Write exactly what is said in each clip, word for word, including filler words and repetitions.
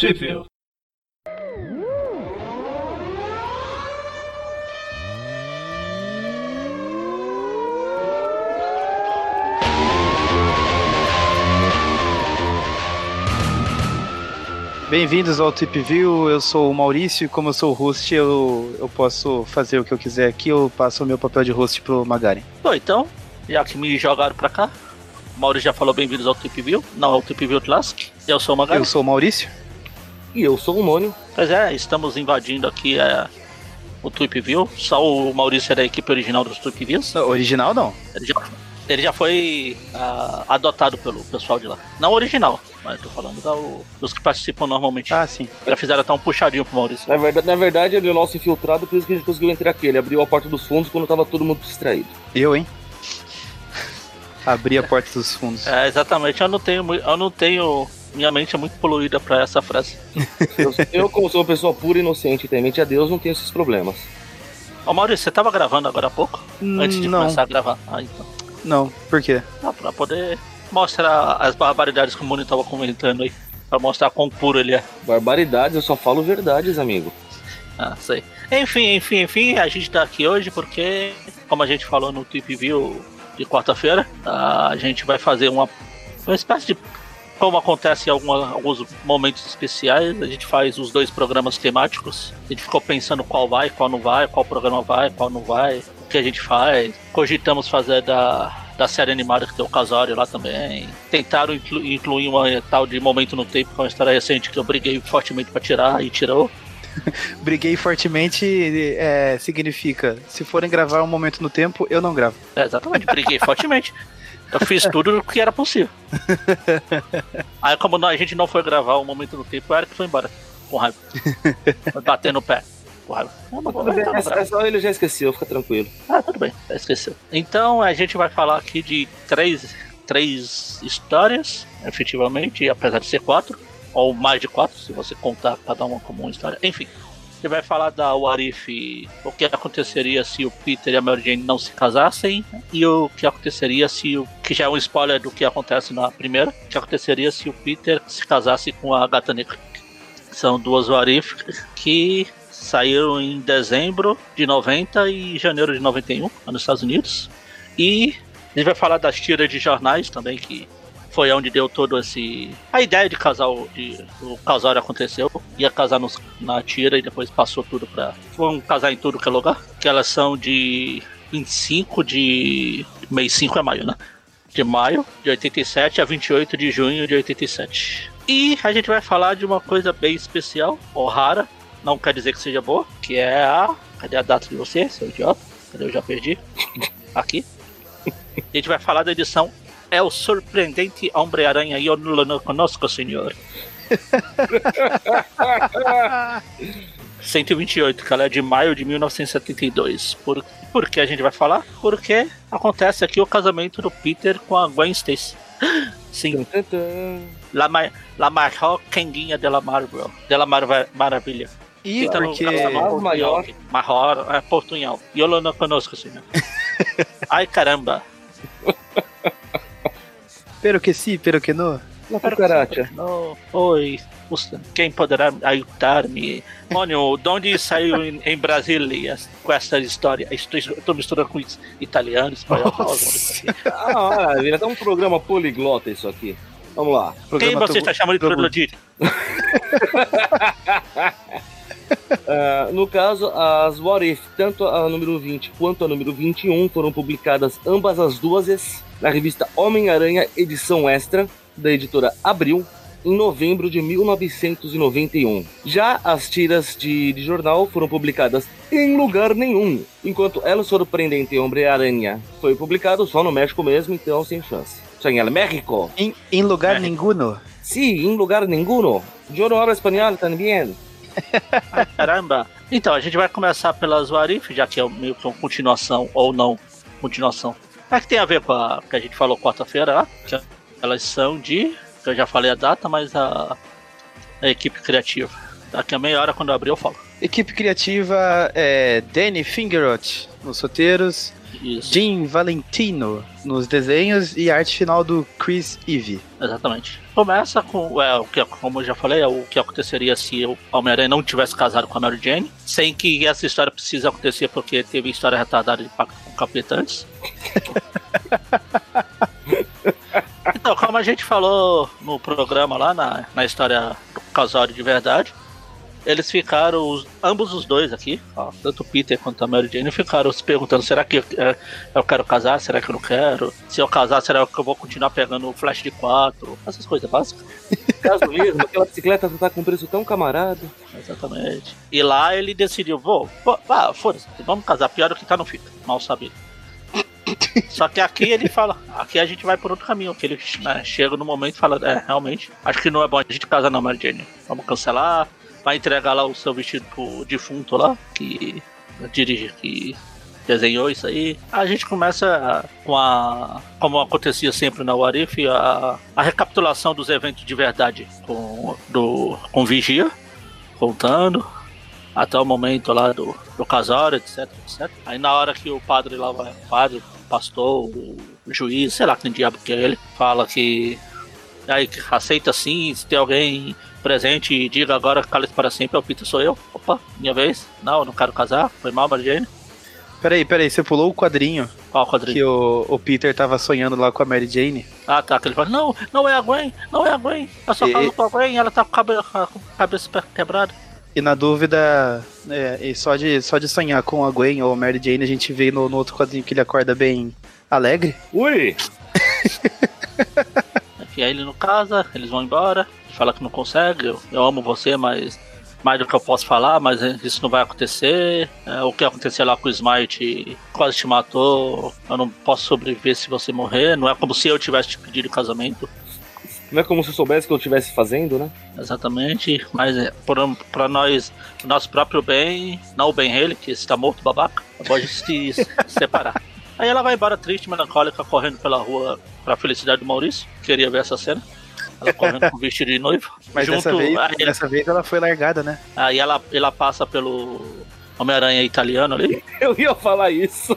View. Bem-vindos ao Tweep View, eu sou o Maurício e como eu sou o host, eu, eu posso fazer o que eu quiser aqui, eu passo o meu papel de host pro Magaren. Bom, então, já que me jogaram pra cá, o Maurício já falou bem-vindos ao Tweep View, não ao Tweep View Classic, eu sou o Magaren. Eu sou o Maurício. E eu sou o Mônio. Pois é, estamos invadindo aqui é, o Tweep View, só o Maurício é da equipe original dos Tweep Views. Não, original não. Ele já, ele já foi uh, adotado pelo pessoal de lá, não original. Mas tô falando da, o, dos que participam normalmente. Ah, sim. Já fizeram até um puxadinho pro Maurício. Na verdade, na verdade, ele é o nosso infiltrado, por isso que a gente conseguiu entrar aqui. Ele abriu a porta dos fundos quando tava todo mundo distraído. Eu, hein? Abri a porta dos fundos. É, exatamente. Eu não tenho... Eu não tenho... Minha mente é muito poluída pra essa frase. eu, eu, como sou uma pessoa pura e inocente e temente a Deus, não tenho esses problemas. Ô, Maurício, você tava gravando agora há pouco? Hum, Antes de não. começar a gravar. Ah, então. Não, por quê? Ah, pra poder... mostrar as barbaridades que o Mônio tava comentando aí. Pra mostrar quão puro ele é. Barbaridades, eu só falo verdades, amigo. Ah, sei. Enfim, enfim, enfim, a gente tá aqui hoje porque, como a gente falou no Tweep View de quarta-feira, a gente vai fazer uma, uma espécie de... Como acontece em alguma, alguns momentos especiais, a gente faz os dois programas temáticos. A gente ficou pensando qual vai, qual não vai, qual programa vai, qual não vai, o que a gente faz. Cogitamos fazer da... da série animada que tem o Casório lá também. Tentaram inclu- incluir uma tal de Momento no Tempo, que é uma história recente que eu briguei fortemente pra tirar e tirou. Briguei fortemente é, significa, se forem gravar um momento no tempo, eu não gravo. É, exatamente, briguei fortemente. Eu fiz tudo o que era possível. Aí como não, a gente não foi gravar o Momento no Tempo, o Eric foi embora, com raiva. Foi bater no pé. Porra, não, não vou, Bem, então, essa, essa ele já esqueceu, fica tranquilo. Ah, tudo bem, já esqueceu. Então a gente vai falar aqui de três, três histórias, efetivamente, apesar de ser quatro, ou mais de quatro, se você contar cada uma como uma história. Enfim, a gente vai falar da What If, o que aconteceria se o Peter e a Mary Jane não se casassem, e o que aconteceria se o que já é um spoiler do que acontece na primeira, o que aconteceria se o Peter se casasse com a Gata Negra. São duas What If que saíram em dezembro de noventa e janeiro de noventa e um, nos Estados Unidos. E a gente vai falar das tiras de jornais também, que foi onde deu todo esse... A ideia de casal, de, o casal aconteceu. Ia casar nos, na tira e depois passou tudo pra... Vão casar em tudo que é lugar. Que elas são de vinte e cinco de... mês cinco é maio, né? De maio de oitenta e sete a vinte e oito de junho de oitenta e sete. E a gente vai falar de uma coisa bem especial, ou rara. Não quer dizer que seja boa, que é a... Cadê a data de você, seu idiota? Cadê? Eu já perdi. Aqui. A gente vai falar da edição É o Surpreendente Homem-Aranha e eu não conosco, senhor. cento e vinte e oito, que ela é de maio de mil novecentos e setenta e dois. Por, por que a gente vai falar? Porque acontece aqui o casamento do Peter com a Gwen Stacy. Sim. La, ma- la maior quenguinha de la Marvel. De la Mar- Maravilha. E Então, porque... maior, maior, maior é portunhol. E eu não conosco, senhor. Ai, caramba. Pero que sim, pero que não. La cucaracha. No. Oi, quem poderá ajudar-me? Mônio, de onde saiu em, em Brasília com essa história? Estou, estou misturando com italiano, espanhol. Ah, maravilha, tá um programa poliglota isso aqui. Vamos lá. Quem você está chamando de troglodita? Uh, no caso, as What If, tanto a número vinte quanto a número vinte e um, foram publicadas ambas as duas na revista Homem-Aranha Edição Extra, da editora Abril, em novembro de mil novecentos e noventa e um. Já as tiras de, de jornal foram publicadas em lugar nenhum, enquanto El Surpreendente Homem-Aranha foi publicado só no México mesmo, então sem chance. Só em El México. Em, em lugar nenhum? Sim, em lugar nenhum. Eu não hablo espanhol também. Ai, caramba. Então, a gente vai começar pelas What If, já que é meio que uma continuação, ou não continuação. É que tem a ver com a que a gente falou quarta-feira lá, que elas são de... que eu já falei a data, mas a, a equipe criativa. Daqui a meia hora, quando eu abrir, eu falo. Equipe criativa é Danny Fingeroth nos roteiros, Isso. Jim Valentino nos desenhos e arte final do Chris Eve. Exatamente. Começa com, é, o que, como eu já falei, é o que aconteceria se o Homem-Aranha não tivesse casado com a Mary Jane, sem que essa história precise acontecer, porque teve história retardada de Pacto com o Capeta antes. Então, como a gente falou no programa lá, na, na história do casal de verdade, eles ficaram, os, ambos os dois aqui, ó, tanto o Peter quanto a Mary Jane, ficaram se perguntando, será que eu, eu quero casar, será que eu não quero? Se eu casar, será que eu vou continuar pegando o Flash de quatro? Essas coisas básicas. Caso mesmo, aquela bicicleta tá com preço tão camarada. Exatamente. E lá ele decidiu, vou, vou ah, foda-se, vamos casar, pior do que tá não fica, mal sabido. Só que aqui ele fala, aqui a gente vai por outro caminho, que ele, né, chega no momento e fala, é, realmente, acho que não é bom a gente casar não, Mary Jane, vamos cancelar. Vai entregar lá o seu vestido pro defunto lá, que dirige, que desenhou isso aí. A gente começa com a, como acontecia sempre na What If, a, a recapitulação dos eventos de verdade com, do, com Vigia, contando até o momento lá do, do casório, etc, etc. Aí na hora que o padre lá vai, o padre, o pastor, o juiz, sei lá quem diabo que é ele, fala que aí aceita sim, se tem alguém presente e diga agora, cala-se para sempre, é o Peter, sou eu. Opa, minha vez. Não, eu não quero casar. Foi mal, Mary Jane. Peraí, peraí, você pulou o quadrinho. Qual quadrinho? Que o, o Peter tava sonhando lá com a Mary Jane. Ah, tá. Que ele fala, não, não é a Gwen, não é a Gwen. Eu só E- falo com a Gwen e ela tá com a cabe- com a cabeça quebrada. E na dúvida, é, e só, de, só de sonhar com a Gwen ou a Mary Jane, a gente vê no, no outro quadrinho que ele acorda bem alegre. Ui! E aí ele não casa, eles vão embora. Fala que não consegue, eu, eu amo você, mas mais do que eu posso falar, mas isso não vai acontecer. É, o que aconteceu lá com o Smite quase te matou. Eu não posso sobreviver se você morrer. Não é como se eu tivesse te pedido casamento. Não é como se eu soubesse que eu estivesse fazendo, né? Exatamente, mas é, por, pra nós, nosso próprio bem, não o bem dele, que está morto, babaca, pode se separar. Aí ela vai embora triste, melancólica, correndo pela rua pra felicidade do Maurício. Queria ver essa cena. Ela correndo com o vestido de noivo. Mas Junto, dessa, vez, aí, dessa vez ela foi largada, né? aí ela, ela passa pelo Homem-Aranha italiano ali. Eu ia falar isso.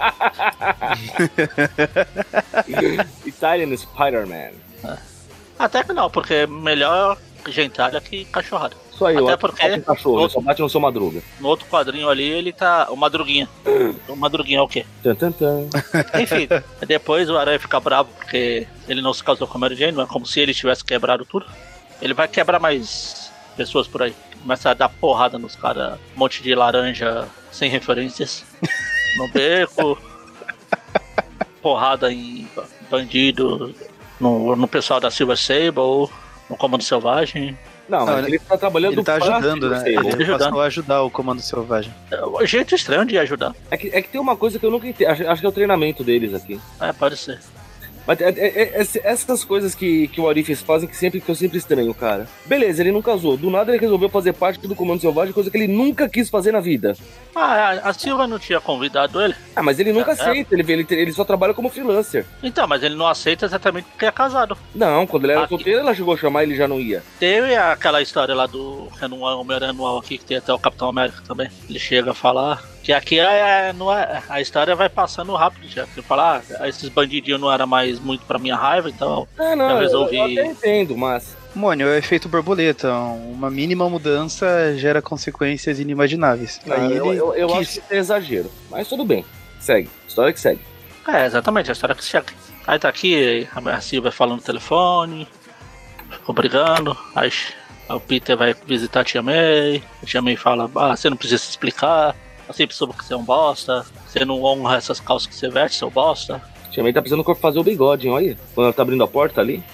Italian Spider-Man. Até que não, porque é melhor gentalha que cachorrada. Isso aí, Até eu acho porque- que é um cachorro, ele só bate no seu Madruga. No outro quadrinho ali ele tá. O Madruguinha. O Madruguinha é o quê? Tan, tan, tan. Enfim, depois o Aranha fica bravo porque ele não se casou com a Mary Jane, não é como se ele tivesse quebrado tudo. Ele vai quebrar mais pessoas por aí. Começa a dar porrada nos caras, um monte de laranja sem referências no beco, porrada em bandido, no, no pessoal da Silver Sable, no Comando Selvagem. Não, mas Não, ele tá trabalhando Ele tá pra ajudando, né? Silver Sable. Ele ajudando. passou a ajudar o Comando Selvagem. É um jeito estranho de ajudar. É que, é que tem uma coisa que eu nunca entendi. Acho, acho que é o treinamento deles aqui. É, pode ser. Mas é, é- é- esse- essas coisas que, que o Arifes fazem que, sempre, que eu sempre estranho, cara. Beleza, ele não casou. Do nada ele resolveu fazer parte do Comando Selvagem, coisa que ele nunca quis fazer na vida. Ah, a Silva não tinha convidado ele? Ah, mas ele nunca É. aceita. Ele, ele, ele só trabalha como freelancer. Então, mas ele não aceita exatamente porque é casado. Não, quando ele era Aqui. solteiro, ela chegou a chamar e ele já não ia. Teve aquela história lá do Renuan, Homem-Aranha anual aqui, que tem até o Capitão América também. Ele chega a falar que aqui é, é- não é, a história vai passando rápido já. Ele fala, ah, esses bandidinhos não era mais muito pra minha raiva, então Ah, não, Eu eu, resolvi- eu até entendo, mas... Mônio, é o efeito borboleta. Uma mínima mudança gera consequências inimagináveis. Não, Aí eu, ele eu, eu quis. acho que é exagero. Mas tudo bem. Segue. História que segue. é exatamente a história que chega. Aí tá aqui, a Silva falando no telefone, ficou brigando, aí o Peter vai visitar a Tia May, a Tia May fala, ah, você não precisa se explicar, eu sempre soube que você é um bosta, você não honra essas calças que você veste, seu bosta. Tia May tá precisando fazer o bigode, hein? Olha. Quando ela tá abrindo a porta ali.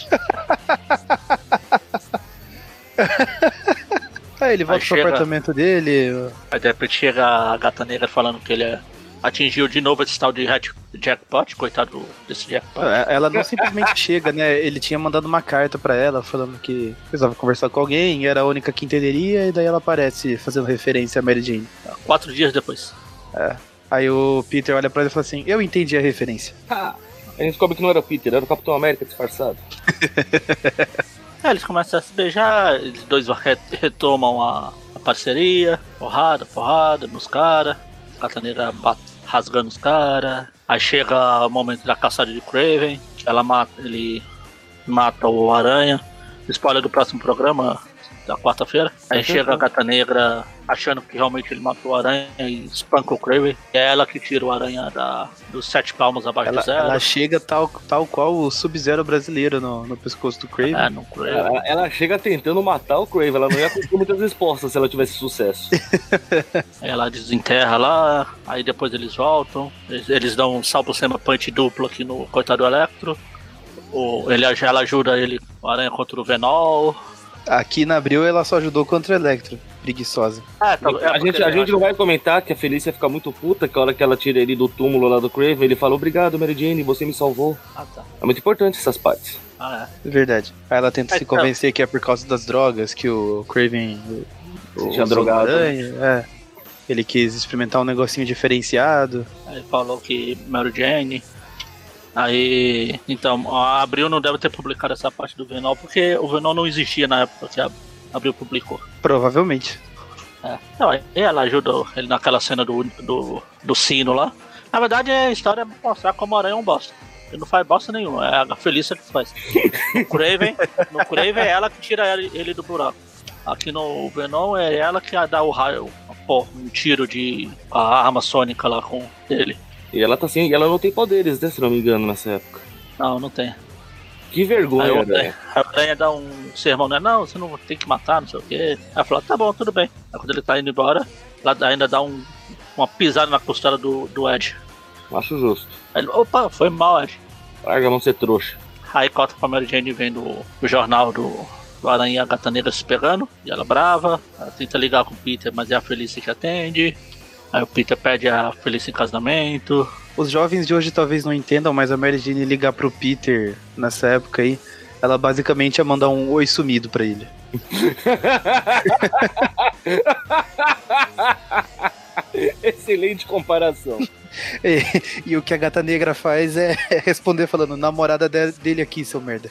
Aí ele volta Aí pro chega- apartamento dele. Aí de repente chega a gata negra falando que ele é- atingiu de novo esse tal de hat- jackpot, coitado desse jackpot. Ela não simplesmente chega, né? Ele tinha mandado uma carta pra ela falando que precisava conversar com alguém, era a única que entenderia, e daí ela aparece fazendo referência a Mary Jane. Quatro dias depois. Aí o Peter olha pra ele e fala assim: eu entendi a referência. Ah, a gente descobre que não era o Peter, era o Capitão América disfarçado. Aí eles começam a se beijar, eles dois retomam a, a parceria, porrada, porrada nos caras, Gata Negra rasgando os caras. Aí chega o momento da caçada de Kraven, que ela mata, ele mata o Aranha. Spoiler do próximo programa, da quarta-feira. Aí chega a Gata Negra achando que realmente ele matou o Aranha e espanca o Kraven. É ela que tira o Aranha da, dos sete palmos abaixo ela, do zero. Ela chega tal, tal qual o Sub-Zero brasileiro no, no pescoço do Kraven. É, no Kraven. Ela, ela chega tentando matar o Kraven, ela não ia conseguir muitas respostas se ela tivesse sucesso. Ela desenterra lá, aí depois eles voltam. Eles, eles dão um salvo sema punch duplo aqui no coitado do Electro. O, ele, ela ajuda ele, o Aranha contra o Venol. Aqui na Abril ela só ajudou contra o Electro, preguiçosa. É, tá, é a gente, a gente não vai comentar que a Felícia fica muito puta, que a hora que ela tira ele do túmulo lá do Kraven, ele fala, obrigado, Mary Jane, você me salvou. Ah, tá. É muito importante essas partes. Ah, é. Verdade. Aí ela tenta é, se convencer que é por causa das drogas, que o Kraven o, tinha drogado. Aranha, é. Ele quis experimentar um negocinho diferenciado. Aí falou que Mary Jane... Aí, então, a Abril não deve ter publicado essa parte do Venol, porque o Venol não existia na época que a Abril publicou. Provavelmente. É. Então, aí ela ajuda ele naquela cena do, do, do sino lá. Na verdade, a história é mostrar como o Aranha é um bosta. Ele não faz bosta nenhuma, é a Felícia que faz. No Kraven, no Kraven é ela que tira ele, ele do buraco. Aqui no Venom é ela que dá o raio, pô, um tiro de a arma sônica lá com ele. E ela tá assim, e ela não tem poderes, né, se não me engano, nessa época. Não, não tem. Que vergonha, aí velho. A Aranha dá um sermão, né? Não, você não tem que matar, não sei o quê. Ela fala, tá bom, tudo bem. Aí quando ele tá indo embora, ela ainda dá um, uma pisada na costela do, do Ed. Acho justo. Aí ele, opa, foi mal, Ed. Larga não ser trouxa. Aí corta pra Mary Jane vendo o, o jornal do, do Aranha e a Gata Negra se pegando. E ela brava, ela tenta ligar com o Peter, mas é a Felícia que atende. Aí o Peter pede a Felícia em casamento. Os jovens de hoje talvez não entendam, mas a Mary Jane ligar pro Peter nessa época aí, ela basicamente ia mandar um oi sumido pra ele. Excelente comparação. E, e o que a Gata Negra faz é responder falando, namorada de, dele aqui, seu merda.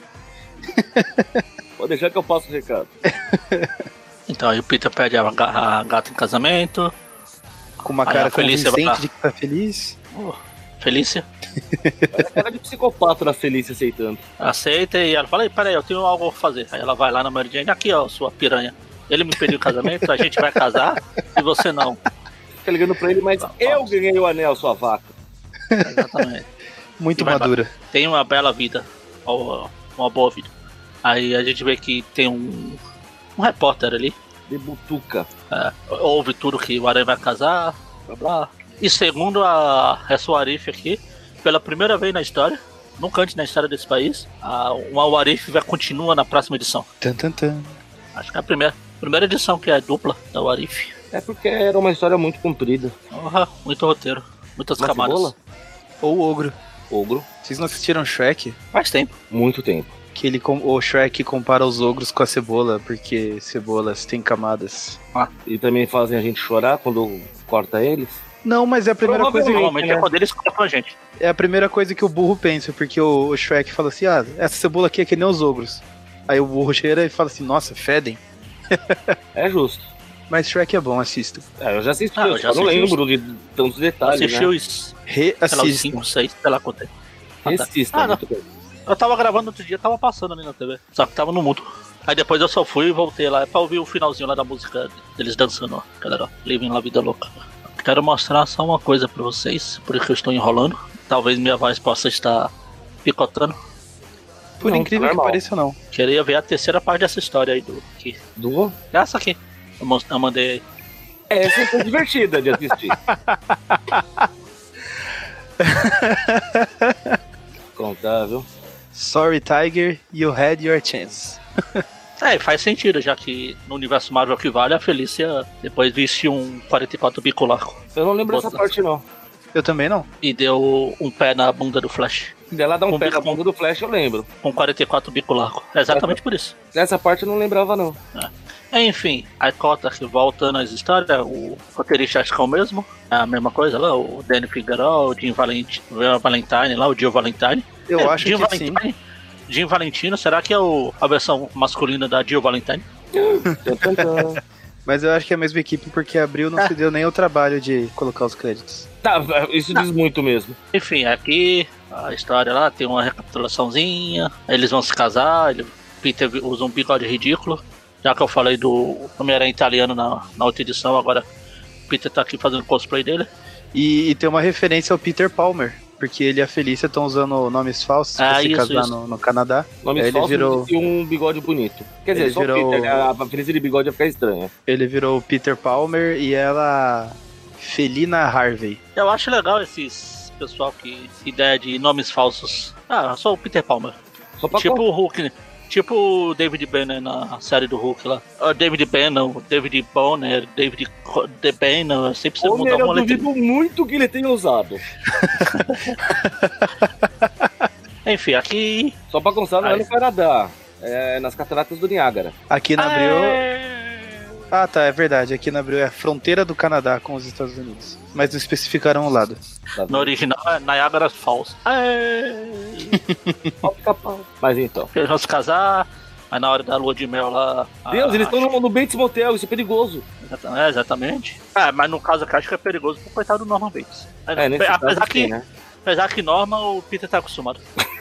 Pode deixar que eu passo o recado. Então aí o Peter pede a, a gata em casamento. Com uma aí cara convincente de que tá feliz. Oh, Felícia. Parece cara de psicopata da Felícia aceitando. Aceita e ela fala, ei, peraí, eu tenho algo a fazer. Aí ela vai lá na Mary Jane, aqui ó, sua piranha. Ele me pediu casamento, a gente vai casar e você não. Fica ligando pra ele, mas eu ganhei o anel, sua vaca. Exatamente. Muito madura. Tem uma bela vida, uma boa vida. Aí a gente vê que tem um, um repórter ali. De butuca. É, ouve tudo que o Aranha vai casar, blá blá. E segundo a Ressoarif aqui, pela primeira vez na história, nunca antes na história desse país, a, uma Warif vai continua na próxima edição. Tan, tan, tan. Acho que é a primeira, primeira edição que é dupla da Warif. É porque era uma história muito comprida. Uhum, muito roteiro, muitas Uma camadas. cebola? Ou o Ogro. Ogro. Vocês não assistiram Shrek? Faz tempo. Muito tempo. Que ele, o Shrek compara os ogros com a cebola, porque cebolas têm camadas. Ah, e também fazem a gente chorar quando corta eles? Não, mas é a primeira coisa que... Normalmente é quando eles cortam a gente. É a primeira coisa que o burro pensa, porque o, o Shrek fala assim, ah, essa cebola aqui é que nem os ogros. Aí o burro cheira e fala assim, nossa, fedem. É justo. Mas Shrek é bom, assista. É, eu já assisti, Ah, eu eu já só não assisti lembro de tantos detalhes, Assistiu né? isso, Reassista. sei lá, os cinco, seis, sei lá quanto é. Ah, tá. Assista, Ah, não. muito bem. Eu tava gravando outro dia, tava passando ali na T V. Só que tava no mudo. Aí depois eu só fui e voltei lá pra ouvir o finalzinho lá da música deles dançando, ó. Galera, ó, Living La Vida Louca. Quero mostrar só uma coisa pra vocês, por isso que eu estou enrolando. Talvez minha voz possa estar picotando. Por Não, incrível que normal. pareça, não. Queria ver a terceira parte dessa história aí do. Aqui. Do? Essa aqui. Eu, mos- eu mandei aí. Essa foi divertida de assistir. Contável. Sorry, Tiger, you had your chance. É, faz sentido, já que no universo Marvel que vale, a Felícia depois visse um quarenta e quatro bicular Eu não lembro Boa dessa parte, não. Eu também não. e deu um pé na bunda do Flash. Dela dar um Com pé na bico- bunda do Flash, eu lembro. Com quarenta e quatro bicular. É exatamente por isso. Essa parte eu não lembrava, não. Enfim, a cota que voltando às histórias, o roteirista acho que é o mesmo. É a mesma coisa lá, o Danny Figueroa, o Jim Valentine, Valentine lá, o Jill Valentine. Eu É, acho Jim que sim. Valentine, Jim Valentino, será que é o, a versão masculina da Jill Valentine? Mas eu acho que é a mesma equipe porque a Abril não ah. se deu nem o trabalho de colocar os créditos. Tá, isso não. diz muito mesmo. Enfim, aqui a história lá tem uma recapitulaçãozinha. Eles vão se casar, ele, Peter usa um bigode ridículo. Já que eu falei do Homem-Aranha italiano na, na outra edição, agora o Peter tá aqui fazendo cosplay dele. E, e tem uma referência ao Peter Palmer, porque ele e a Felícia estão usando nomes falsos ah, pra se isso, casar isso. No, no Canadá. Nomes ele falsos virou... e um bigode bonito. Quer dizer, ele só virou... o Peter, a Felícia de bigode ia ficar estranha. Ele virou Peter Palmer e ela Felina Harvey. Eu acho legal esses pessoal que ideia de nomes falsos. Ah, só o Peter Palmer. Só pra tipo o Hulk, né? Tipo o David Banner na série do Hulk lá. O David Banner, o David Bonner, David The Banner, sempre se mudar uma letra. Eu duvido muito que ele tenha usado. Enfim, aqui... Só pra constar, não é no Canadá. É nas Cataratas do Niágara. Aqui na Abril... Ah, tá, é verdade. Aqui na Abril é a fronteira do Canadá com os Estados Unidos. Mas não especificaram o lado. No original é Niagara Falls. Mas então. Eles vão se casar, mas na hora da lua de mel lá... Deus, a... eles estão no, no Bates Motel, isso é perigoso. É, exatamente. É, mas no caso aqui acho que é perigoso pro coitado do Norman Bates. É, apesar, que, que, né? apesar que Norman, o Peter tá acostumado.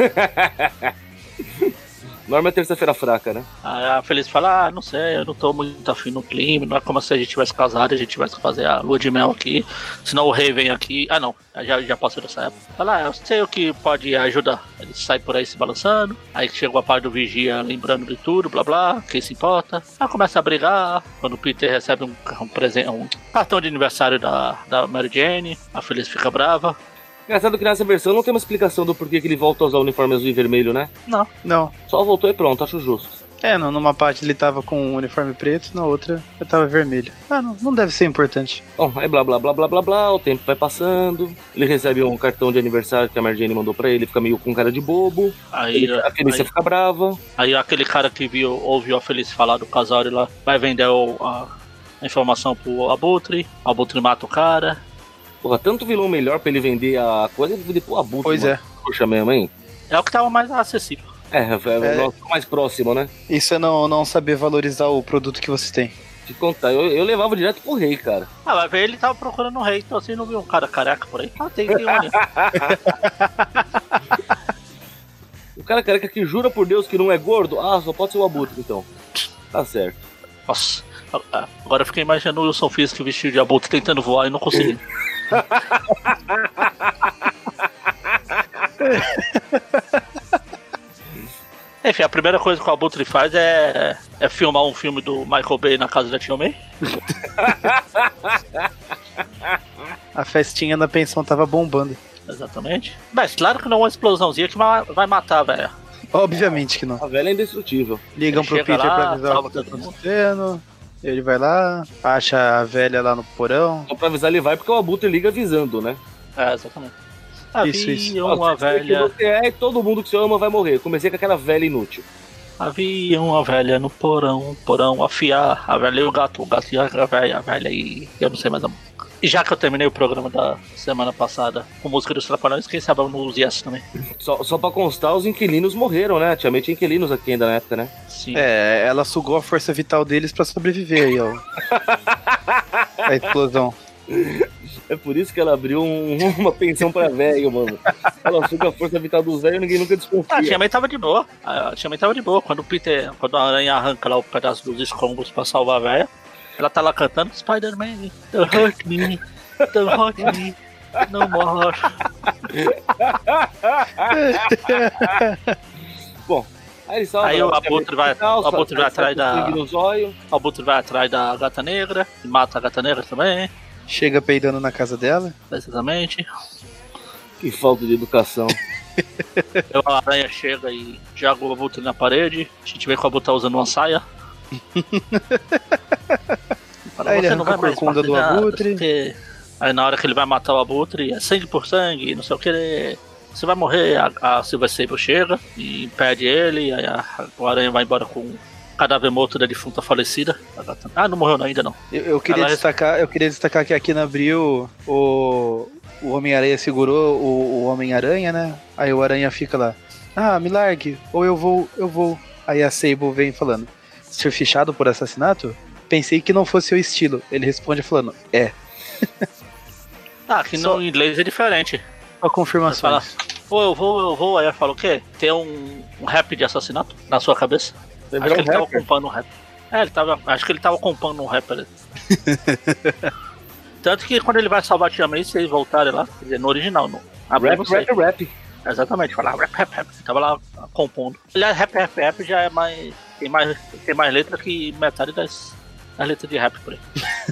Norma é terça-feira fraca, né? Aí a Feliz fala, ah, não sei, eu não tô muito afim no clima, não é como se a gente tivesse casado, a gente tivesse que fazer a lua de mel aqui, senão o rei vem aqui, ah não, já, já passou dessa época. Fala, ah, eu sei o que pode ajudar. Ele sai por aí se balançando, aí chegou a parte do vigia lembrando de tudo, blá blá, quem se importa. Aí começa a brigar, quando o Peter recebe um, um, presente, um cartão de aniversário da, da Mary Jane, a Feliz fica brava. Engraçado que nessa versão não tem uma explicação do porquê que ele volta a usar o uniforme azul e vermelho, né? Não. Não. Só voltou e pronto, acho justo. É, não, numa parte ele tava com um uniforme preto, na outra ele tava vermelho. Ah, não, não deve ser importante. Bom, aí blá blá blá blá blá blá, o tempo vai passando, ele recebe um cartão de aniversário que a Mary Jane mandou pra ele, fica meio com cara de bobo, aí, ele, a Felícia aí, fica brava. Aí aquele cara que viu, ouviu a Felícia falar do casal lá, vai vender o, a, a informação pro Abutre, o Abutre mata o cara. Porra, tanto vilão melhor pra ele vender a coisa, ele vender pro Abutre. Pois mano. é. Poxa mesmo, hein? É o que tava mais acessível. É, é, é. O mais próximo, né? Isso é não, não saber valorizar o produto que você tem. Te contar, eu, eu levava direto pro rei, cara. Ah, vai ver, ele tava procurando um rei, então assim, não viu um cara careca por aí? Ah, tem, tem um ali. O cara careca que jura por Deus que não é gordo? Ah, só pode ser o Abutre, então. Tá certo. Nossa, agora eu fiquei imaginando o Wilson Fisk vestido de Abutre tentando voar e não consegui. Enfim, a primeira coisa que o Abutre faz é, é filmar um filme do Michael Bay na casa da Tia May. A festinha na pensão tava bombando. Exatamente. Mas claro que não é uma explosãozinha que vai matar a velha. Obviamente que não. A velha é indestrutível. Ligam ele pro Peter lá, pra avisar o que tá acontecendo. Ele vai lá, acha a velha lá no porão. Só pra avisar ele vai porque o Abutre liga avisando, né? É, exatamente. Havia isso, isso. uma Ó, velha... você é, todo mundo que você ama vai morrer. Comecei com aquela velha inútil. Havia uma velha no porão, porão afiar, a velha e o gato, o gato e a velha, a velha e eu não sei mais a música. E já que eu terminei o programa da semana passada com música dos Trapalhões, quem sabe eu não use essa também. Só, só pra constar, os inquilinos morreram, né? Tinha tinha inquilinos aqui ainda na época, né? Sim. É, ela sugou a força vital deles pra sobreviver aí, ó. A explosão. É por isso que ela abriu um, uma pensão pra velho, mano. Ela suga a força vital dos velhos e ninguém nunca desconfia. Ah, a Tia May tava de boa. A Tia May tava de boa. Quando o Peter, quando a aranha arranca lá o pedaço dos escombros pra salvar a velha, ela tá lá cantando Spider-Man, don't hurt me, don't hurt me, no more. Bom, aí, ele salva, aí o Abutre vai, tal, o Abutre vai atrás da, o Abutre vai atrás da Gata Negra, e mata a Gata Negra também. Chega peidando na casa dela. Exatamente. Que falta de educação. A aranha chega e joga o Abutre na parede. A gente vê que o Abutre tá usando uma saia. Fala, aí você ele não vai a mais corcunda do Abutre. Porque... Aí na hora que ele vai matar o Abutre, é sangue por sangue, não sei o que. Você vai morrer. A, a Silver Sable chega e impede ele. Aí a, a aranha vai embora com o cadáver morto da defunta falecida. Ah, não morreu ainda não. Eu, eu, queria, Ela... destacar, eu queria destacar que aqui na Abril o, o Homem-Aranha segurou o, o Homem-Aranha, né? Aí o Aranha fica lá. Ah, me largue, ou eu vou, eu vou. Aí a Sable vem falando, ser fichado por assassinato? Pensei que não fosse o estilo. Ele responde falando, é. Ah, aqui Só- no inglês é diferente. Só confirmações. Fala, pô, eu vou, eu vou. Aí ela fala o quê? Tem um, um rap de assassinato na sua cabeça? Você Acho virou que um ele tava rapper? compondo um rap. É, ele tava. Acho que ele tava compondo um rap ali. Tanto que quando ele vai salvar a Tia May, se eles voltarem lá, quer dizer, no original, no. Abrir, Rap, não sei. rap, rap. Exatamente, falar rap, rap, rap. Tava lá compondo. Aliás, rap, rap, rap já é mais. Tem mais, tem mais letra que metade das, das letras de rap por aí.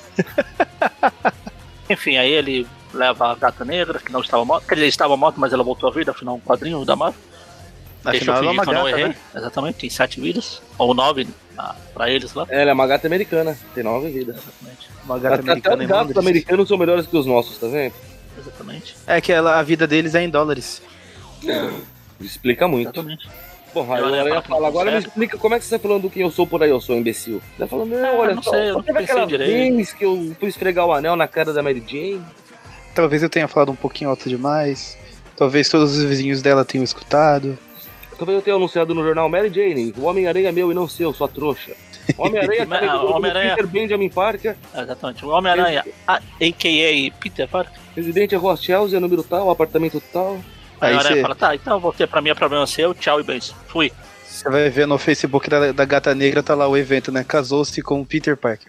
Enfim, aí ele leva a Gata Negra, que não estava morta. Quer dizer, estava morta, mas ela voltou à vida, afinal, um quadrinho da Marvel. Deixa eu Afinal, ela é fingir uma que eu não gata, errei. né? Exatamente, tem sete vidas. Ou nove ah, pra eles lá. Ela é uma gata americana, tem nove vidas. Exatamente. Uma gata Até americana os em gatos Londres. americanos são melhores que os nossos, tá vendo? Exatamente. É que ela, a vida deles é em dólares. Explica muito. Exatamente. Bom, aí Eu eu ia ia falar falar, agora me certo. explica como é que você tá falando do quem eu sou por aí, eu sou um imbecil. Você tá falando, não, Ah, olha não só, sei, eu só não teve pensei aquela direito. vez que eu fui esfregar o anel na cara da Mary Jane. Talvez eu tenha falado um pouquinho alto demais. Talvez todos os vizinhos dela tenham escutado. Talvez eu tenha anunciado no jornal Mary Jane, o Homem-Aranha é meu e não seu, sua trouxa. Homem-Aranha tá Ah, ligado do Homem-Aranha- Peter Benjamin Parker, Exatamente. O Homem-Aranha, a a.k.a. Peter Parker. residente é Rua Chelsea, número tal, apartamento tal. Aí Aí o Aranha você fala, tá, então você, pra mim é problema seu, tchau e beijo. Fui. você vai ver no Facebook da, da Gata Negra, tá lá o evento, né? Casou-se com o Peter Parker.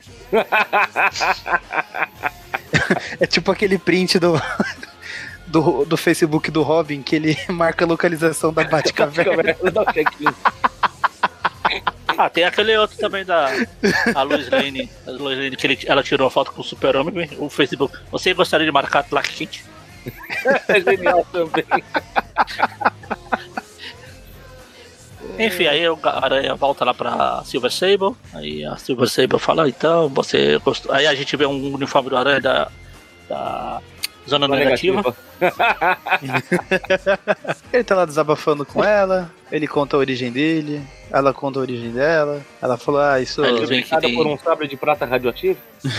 É tipo aquele print do, do, do Facebook do Robin, que ele marca a localização da Batcaverna. Dá um check-in. Ah, tem aquele outro também da a Lois Lane, a Lois Lane que ele, ela tirou a foto com o Super-Homem, o Facebook. Você gostaria de marcar Clark Kent? É genial também. Enfim, aí o Aranha volta lá pra Silver Sable, aí a Silver Sable fala, então, você gostou. Aí a gente vê um uniforme do Aranha da, da Zona Negativa. Ele tá lá desabafando com ela, ele conta a origem dele, ela conta a origem dela. Ela falou, ah, isso... Aí eles veem que Cada tem... por um sabre de prata radioativo.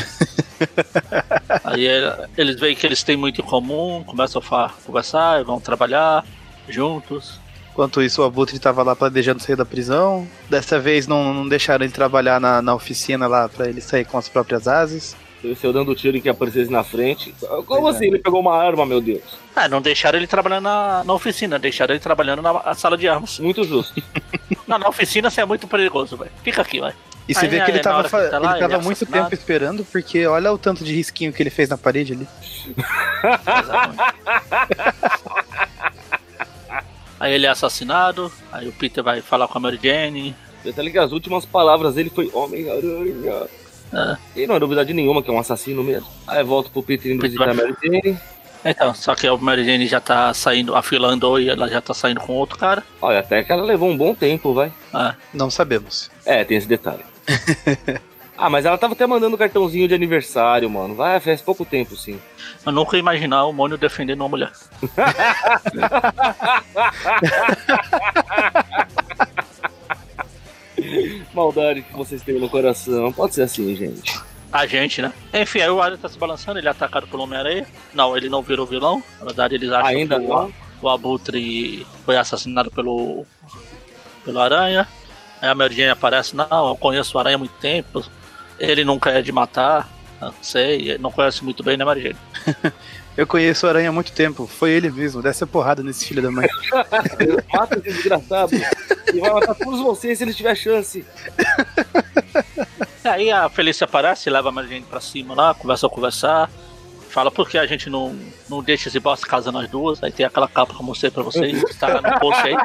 Aí é, eles veem que eles têm muito em comum, começam a fa- conversar, vão trabalhar juntos. Enquanto isso, o Abutre tava lá planejando sair da prisão. Dessa vez não, não deixaram ele trabalhar na, na oficina lá pra ele sair com as próprias asas. Eu dando tiro em quem aparecesse na frente. Como Pois assim? é. Ele pegou uma arma, meu Deus. Ah, não deixaram ele trabalhando na, na oficina, deixaram ele trabalhando na na sala de armas. Muito justo. Não, na oficina você é muito perigoso, velho. Fica aqui, vai. E você Aí, vê que aí, ele na tava, hora que fa- ele tá lá, ele tava ele é muito assassinado. tempo esperando, porque olha o tanto de risquinho que ele fez na parede ali. Exatamente. Aí ele é assassinado, aí o Peter vai falar com a Mary Jane. Você tá ligado? As últimas palavras dele foi Homem-Aranha. É. E não é novidade nenhuma que é um assassino mesmo. Aí volta pro Peter indo Peter visitar a vai- Mary Jane. Então, só que a Mary Jane já tá saindo, a fila andou e ela já tá saindo com outro cara. Olha, até que ela levou um bom tempo, vai. É. Não sabemos. É, tem esse detalhe. Ah, mas ela tava até mandando cartãozinho de aniversário, mano. Vai, faz pouco tempo, sim. Eu nunca ia imaginar o Mônio defendendo uma mulher. Maldade que vocês têm no coração. Pode ser assim, gente. A gente, né? Enfim, aí o Aranha tá se balançando, ele é atacado pelo Homem-Aranha. Não, ele não virou vilão. Na verdade, eles acham Ainda que não. o, o Abutre foi assassinado pelo, pelo Aranha. Aí a Mary Jane aparece, não, eu conheço o Aranha há muito tempo. Ele nunca é de matar. Não sei, ele não conhece muito bem, né, Mary Jane? Eu conheço o Aranha há muito tempo. Foi ele mesmo. Desce a porrada nesse filho da mãe. Mata esse desgraçado. E vai matar todos vocês se ele tiver chance. Aí a Felícia aparece, leva a Mary Jane pra cima lá, começa a conversar. Fala por que a gente não, não deixa esse bosta casando as duas. Aí tem aquela capa que eu mostrei pra vocês, que tá lá no post aí.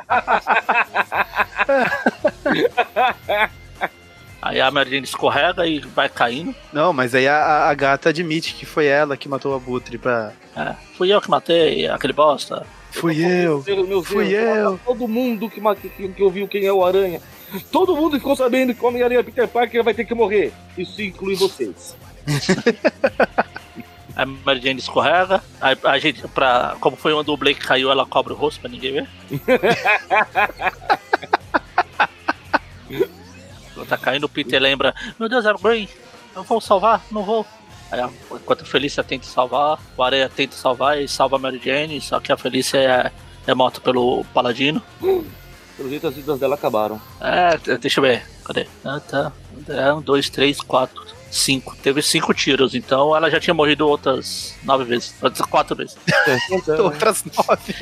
Aí a Mary Jane escorrega e vai caindo. Não, mas aí a, a gata admite que foi ela que matou o Abutre pra... É, fui eu que matei aquele bosta. Fui eu. Meu Deus, Fui eu. Todo mundo que, ma- que, que ouviu quem é o Aranha. Todo mundo ficou sabendo que o Homem-Aranha Peter Parker vai ter que morrer. Isso inclui vocês. A Mary Jane escorrega. Aí a gente, pra, como foi onde o Blake caiu, ela cobre o rosto pra ninguém ver. Quando tá caindo, o Peter lembra: meu Deus, é Green, eu vou salvar, não vou. Aí, enquanto a Felícia tenta salvar, o Aranha tenta salvar e salva a Mary Jane, só que a Felícia é, é morta pelo Paladino. Pelo jeito as vidas dela acabaram. É, deixa eu ver. Cadê? Ah, tá. É, um, dois, três, quatro, cinco. Teve cinco tiros, então ela já tinha morrido outras nove vezes. Outras quatro vezes. Outras nove.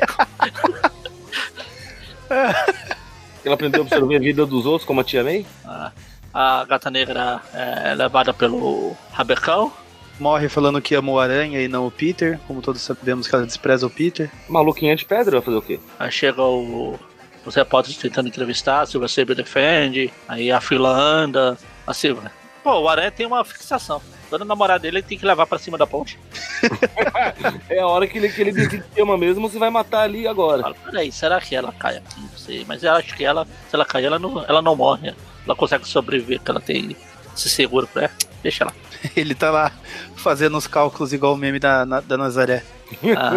Ela aprendeu a absorver a vida dos outros, como a tia May? Ah, a gata negra é levada pelo rabecão. Morre falando que ama o Aranha e não o Peter, como todos sabemos que ela despreza o Peter. Maluquinha de pedra vai fazer o quê? Aí chega o, os repórteres tentando entrevistar, a Silver Sable defende, aí a fila anda, a Silver... Pô, o Aranha tem uma fixação. Toda namorada dele ele tem que levar pra cima da ponte. É a hora que ele, que ele decide que ama mesmo, você vai matar ali agora. Fala, peraí, será que ela cai aqui? Não sei, mas eu acho que ela, se ela cair, ela não, ela não morre. Ela consegue sobreviver, que ela tem esse seguro pra ela. Deixa ela. Ele tá lá fazendo os cálculos igual o meme da, na, da Nazaré. Ah.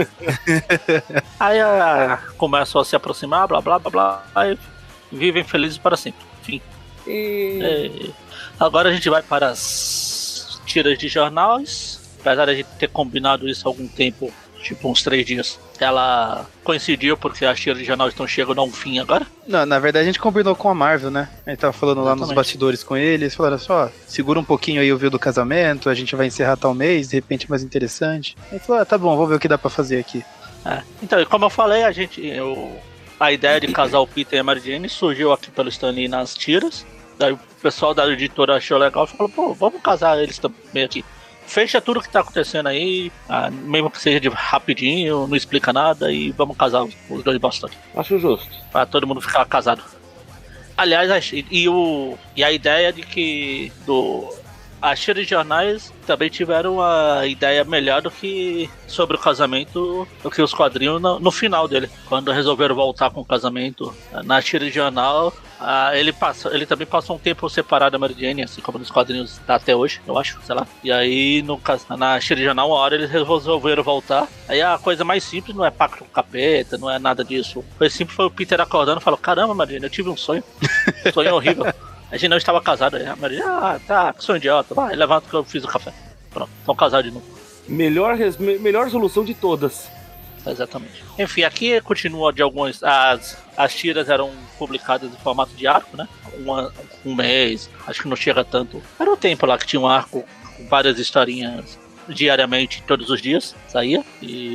Aí ah, começam a se aproximar, blá blá blá blá, aí vivem felizes para sempre. Enfim. E... É, agora a gente vai para as tiras de jornais. Apesar de a gente ter combinado isso há algum tempo, tipo uns três dias, ela coincidiu porque as tiras de jornal estão chegando a um fim agora. Não, na verdade a gente combinou com a Marvel, né? A gente tava falando Exatamente. lá nos bastidores com eles, falaram só, segura um pouquinho aí o vídeo do casamento, a gente vai encerrar tal mês, de repente mais interessante. Aí falou, ah, tá bom, vamos ver o que dá pra fazer aqui. É, então, como eu falei, a gente, eu, a ideia de casar o Peter e a Mary Jane surgiu aqui pelo Stan Lee nas tiras. Daí o pessoal da editora achou legal e falou, pô, vamos casar eles também aqui. Fecha tudo que tá acontecendo aí, ah, mesmo que seja de rapidinho, não explica nada e vamos casar os, os dois bastante. Acho justo. Pra todo mundo ficar casado. Aliás, e, e, o, e a ideia de que do, as tiras de jornais também tiveram uma ideia melhor do que sobre o casamento do que os quadrinhos no, no final dele. Quando resolveram voltar com o casamento na tira de jornal, ah, ele, passou, ele também passou um tempo separado da Mary Jane, assim como nos quadrinhos tá até hoje, eu acho, sei lá. E aí no, na tira de jornal, uma hora eles resolveram voltar. Aí a coisa mais simples não é pacto com capeta, não é nada disso. Foi simples, foi o Peter acordando e falou, caramba, Mary Jane, eu tive um sonho. Um sonho horrível. A gente não estava casado aí. A Mary Jane, ah, tá, que sonho idiota. Vai, levanta que eu fiz o café. Pronto, estão casados de novo. Melhor, melhor solução de todas. Exatamente. Enfim, aqui continua de algumas. As, as tiras eram publicadas em formato de arco, né? Uma, um mês, acho que não chega tanto. Era o tempo lá que tinha um arco com várias historinhas diariamente, todos os dias, saía.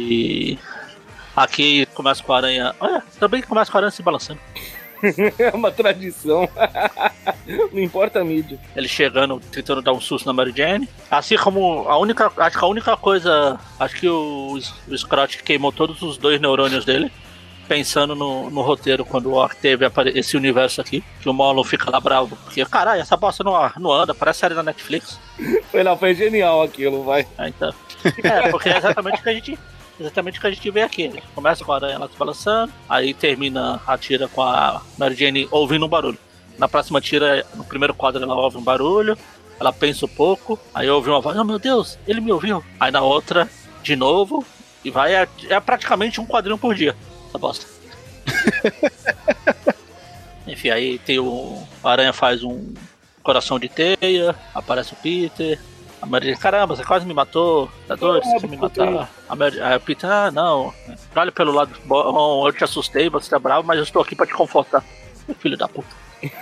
E aqui começa com a aranha. Olha, também começa com a aranha se balançando. É uma tradição. Não importa a mídia. Ele chegando, tentando dar um susto na Mary Jane. Assim como a única. Acho que a única coisa. Acho que o, o Scott queimou todos os dois neurônios dele. Pensando no, no roteiro quando teve esse universo aqui. Que o Marlon fica lá bravo. Porque, caralho, essa bosta não, não anda, parece série da Netflix. Foi lá, foi genial aquilo, vai. Ah, então. É, porque é exatamente o que a gente. Exatamente o que a gente vê aqui. Começa com a aranha lá se balançando, aí termina a tira com a Mary Jane ouvindo um barulho. Na próxima tira, no primeiro quadro, ela ouve um barulho, ela pensa um pouco, aí ouve uma voz, oh meu Deus, ele me ouviu. Aí na outra, de novo, e vai, é, é praticamente um quadrinho por dia, essa bosta. Enfim, aí tem o. A aranha faz um coração de teia, aparece o Peter. A Mary Jane, caramba, você quase me matou, tá doido? Você quer me matar? A Mary, aí o Peter, ah, não, olha pelo lado bom, eu te assustei, você tá bravo, mas eu estou aqui pra te confortar. Filho da puta.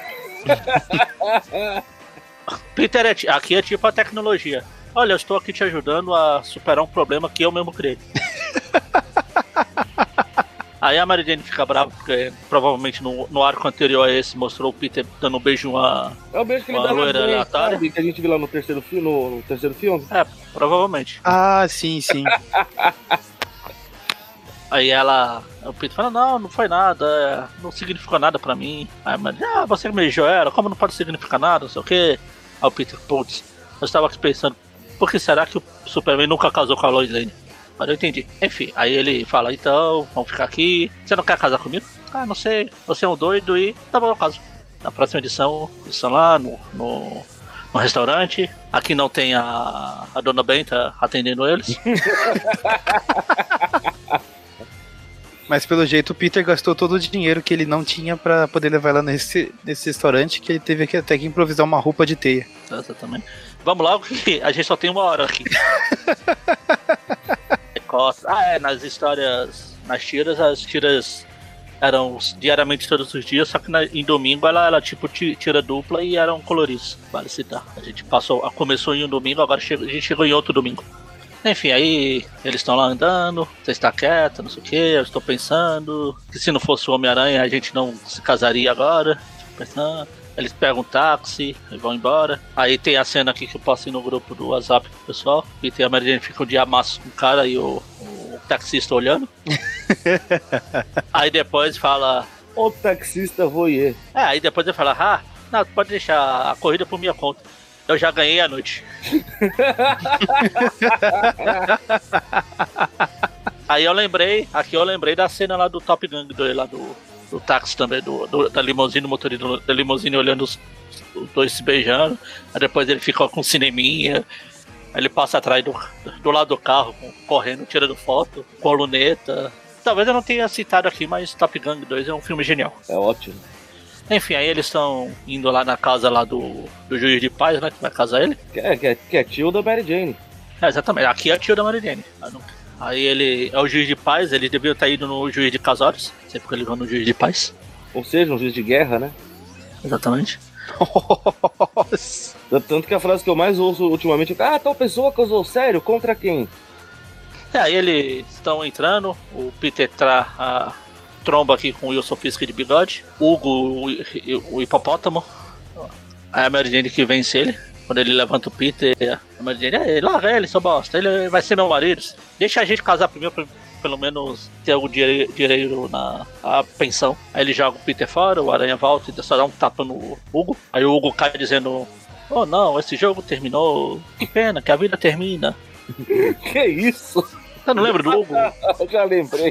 Peter, é, aqui é tipo a tecnologia. Olha, eu estou aqui te ajudando a superar um problema que eu mesmo criei. Aí a Mary Jane fica brava, porque provavelmente no, no arco anterior a esse mostrou o Peter dando um beijo uma É o beijo que ele dá na frente, sabe? Que a gente viu lá no terceiro, fi no, no terceiro filme. É, provavelmente. Ah, sim, sim. Aí ela, o Peter fala, não, não foi nada, não significou nada pra mim. Aí a Mary Jane, ah, você beijou ela, como não pode significar nada, não sei o quê. Aí o Peter, putz, eu estava aqui pensando, por que será que o Superman nunca casou com a Lois Lane? Mas eu entendi. Enfim, aí ele fala, então, vamos ficar aqui. Você não quer casar comigo? Ah, não sei. Você é um doido e tá bom, eu caso. Na próxima edição, eles estão lá no, no, no restaurante. Aqui não tem a, a Dona Benta atendendo eles. Mas pelo jeito o Peter gastou todo o dinheiro que ele não tinha pra poder levar ela nesse, nesse restaurante, que ele teve que até que improvisar uma roupa de teia. Exatamente. Vamos logo que a gente só tem uma hora aqui. Ah, é, nas histórias, nas tiras, as tiras eram diariamente todos os dias, só que na, em domingo ela, ela tipo tira dupla e eram coloridos, vale citar. A gente passou, começou em um domingo, agora chegou, a gente chegou em outro domingo. Enfim, aí eles estão lá andando, você está quieta, não sei o que, eu estou pensando que se não fosse o Homem-Aranha a gente não se casaria agora. Estou pensando. Eles pegam um táxi e vão embora. Aí tem a cena aqui que eu passei no grupo do WhatsApp pro pessoal. E tem a Mary Jane fica um dia amasso com o cara e o, o taxista olhando. Aí depois fala... O taxista voyeur. É, aí depois ele fala, ah, não, pode deixar a corrida por minha conta. Eu já ganhei a noite. Aí eu lembrei, aqui eu lembrei da cena lá do Top Gun dois, lá do, do táxi também, do, do, da limusine, o motorista da limusine olhando os, os dois se beijando. Aí depois ele fica com um cineminha. Aí ele passa atrás do, do lado do carro, correndo, tirando foto, com a luneta. Talvez eu não tenha citado aqui, mas Top Gun dois é um filme genial. É ótimo. Enfim, aí eles estão indo lá na casa lá do, do juiz de paz, né? Que vai casar ele. Que é, que é, que é tio da Mary Jane. É, exatamente, aqui é tio da Mary Jane. Aí ele é o juiz de paz, ele devia estar indo no juiz de casórios. Sempre que ele vai no juiz de paz. Ou seja, um juiz de guerra, né? Exatamente. Nossa. Tanto que a frase que eu mais ouço ultimamente é: ah, tal pessoa casou sério, contra quem? É, aí eles estão entrando, o Peter tra a, tromba aqui com o Wilson Fisk de bigode, Hugo, o, o, o hipopótamo, aí a Mary Jane que vence ele, quando ele levanta o Peter, a Mary Jane, é, larga ele, seu bosta, ele vai ser meu marido, deixa a gente casar primeiro pra pelo menos ter algum dinheiro, dinheiro na a pensão. Aí ele joga o Peter fora, o Aranha volta e só dá um tapa no Hugo, aí o Hugo cai dizendo: oh não, esse jogo terminou, que pena, que a vida termina. Que isso? Você não lembra do Hugo? Já lembrei.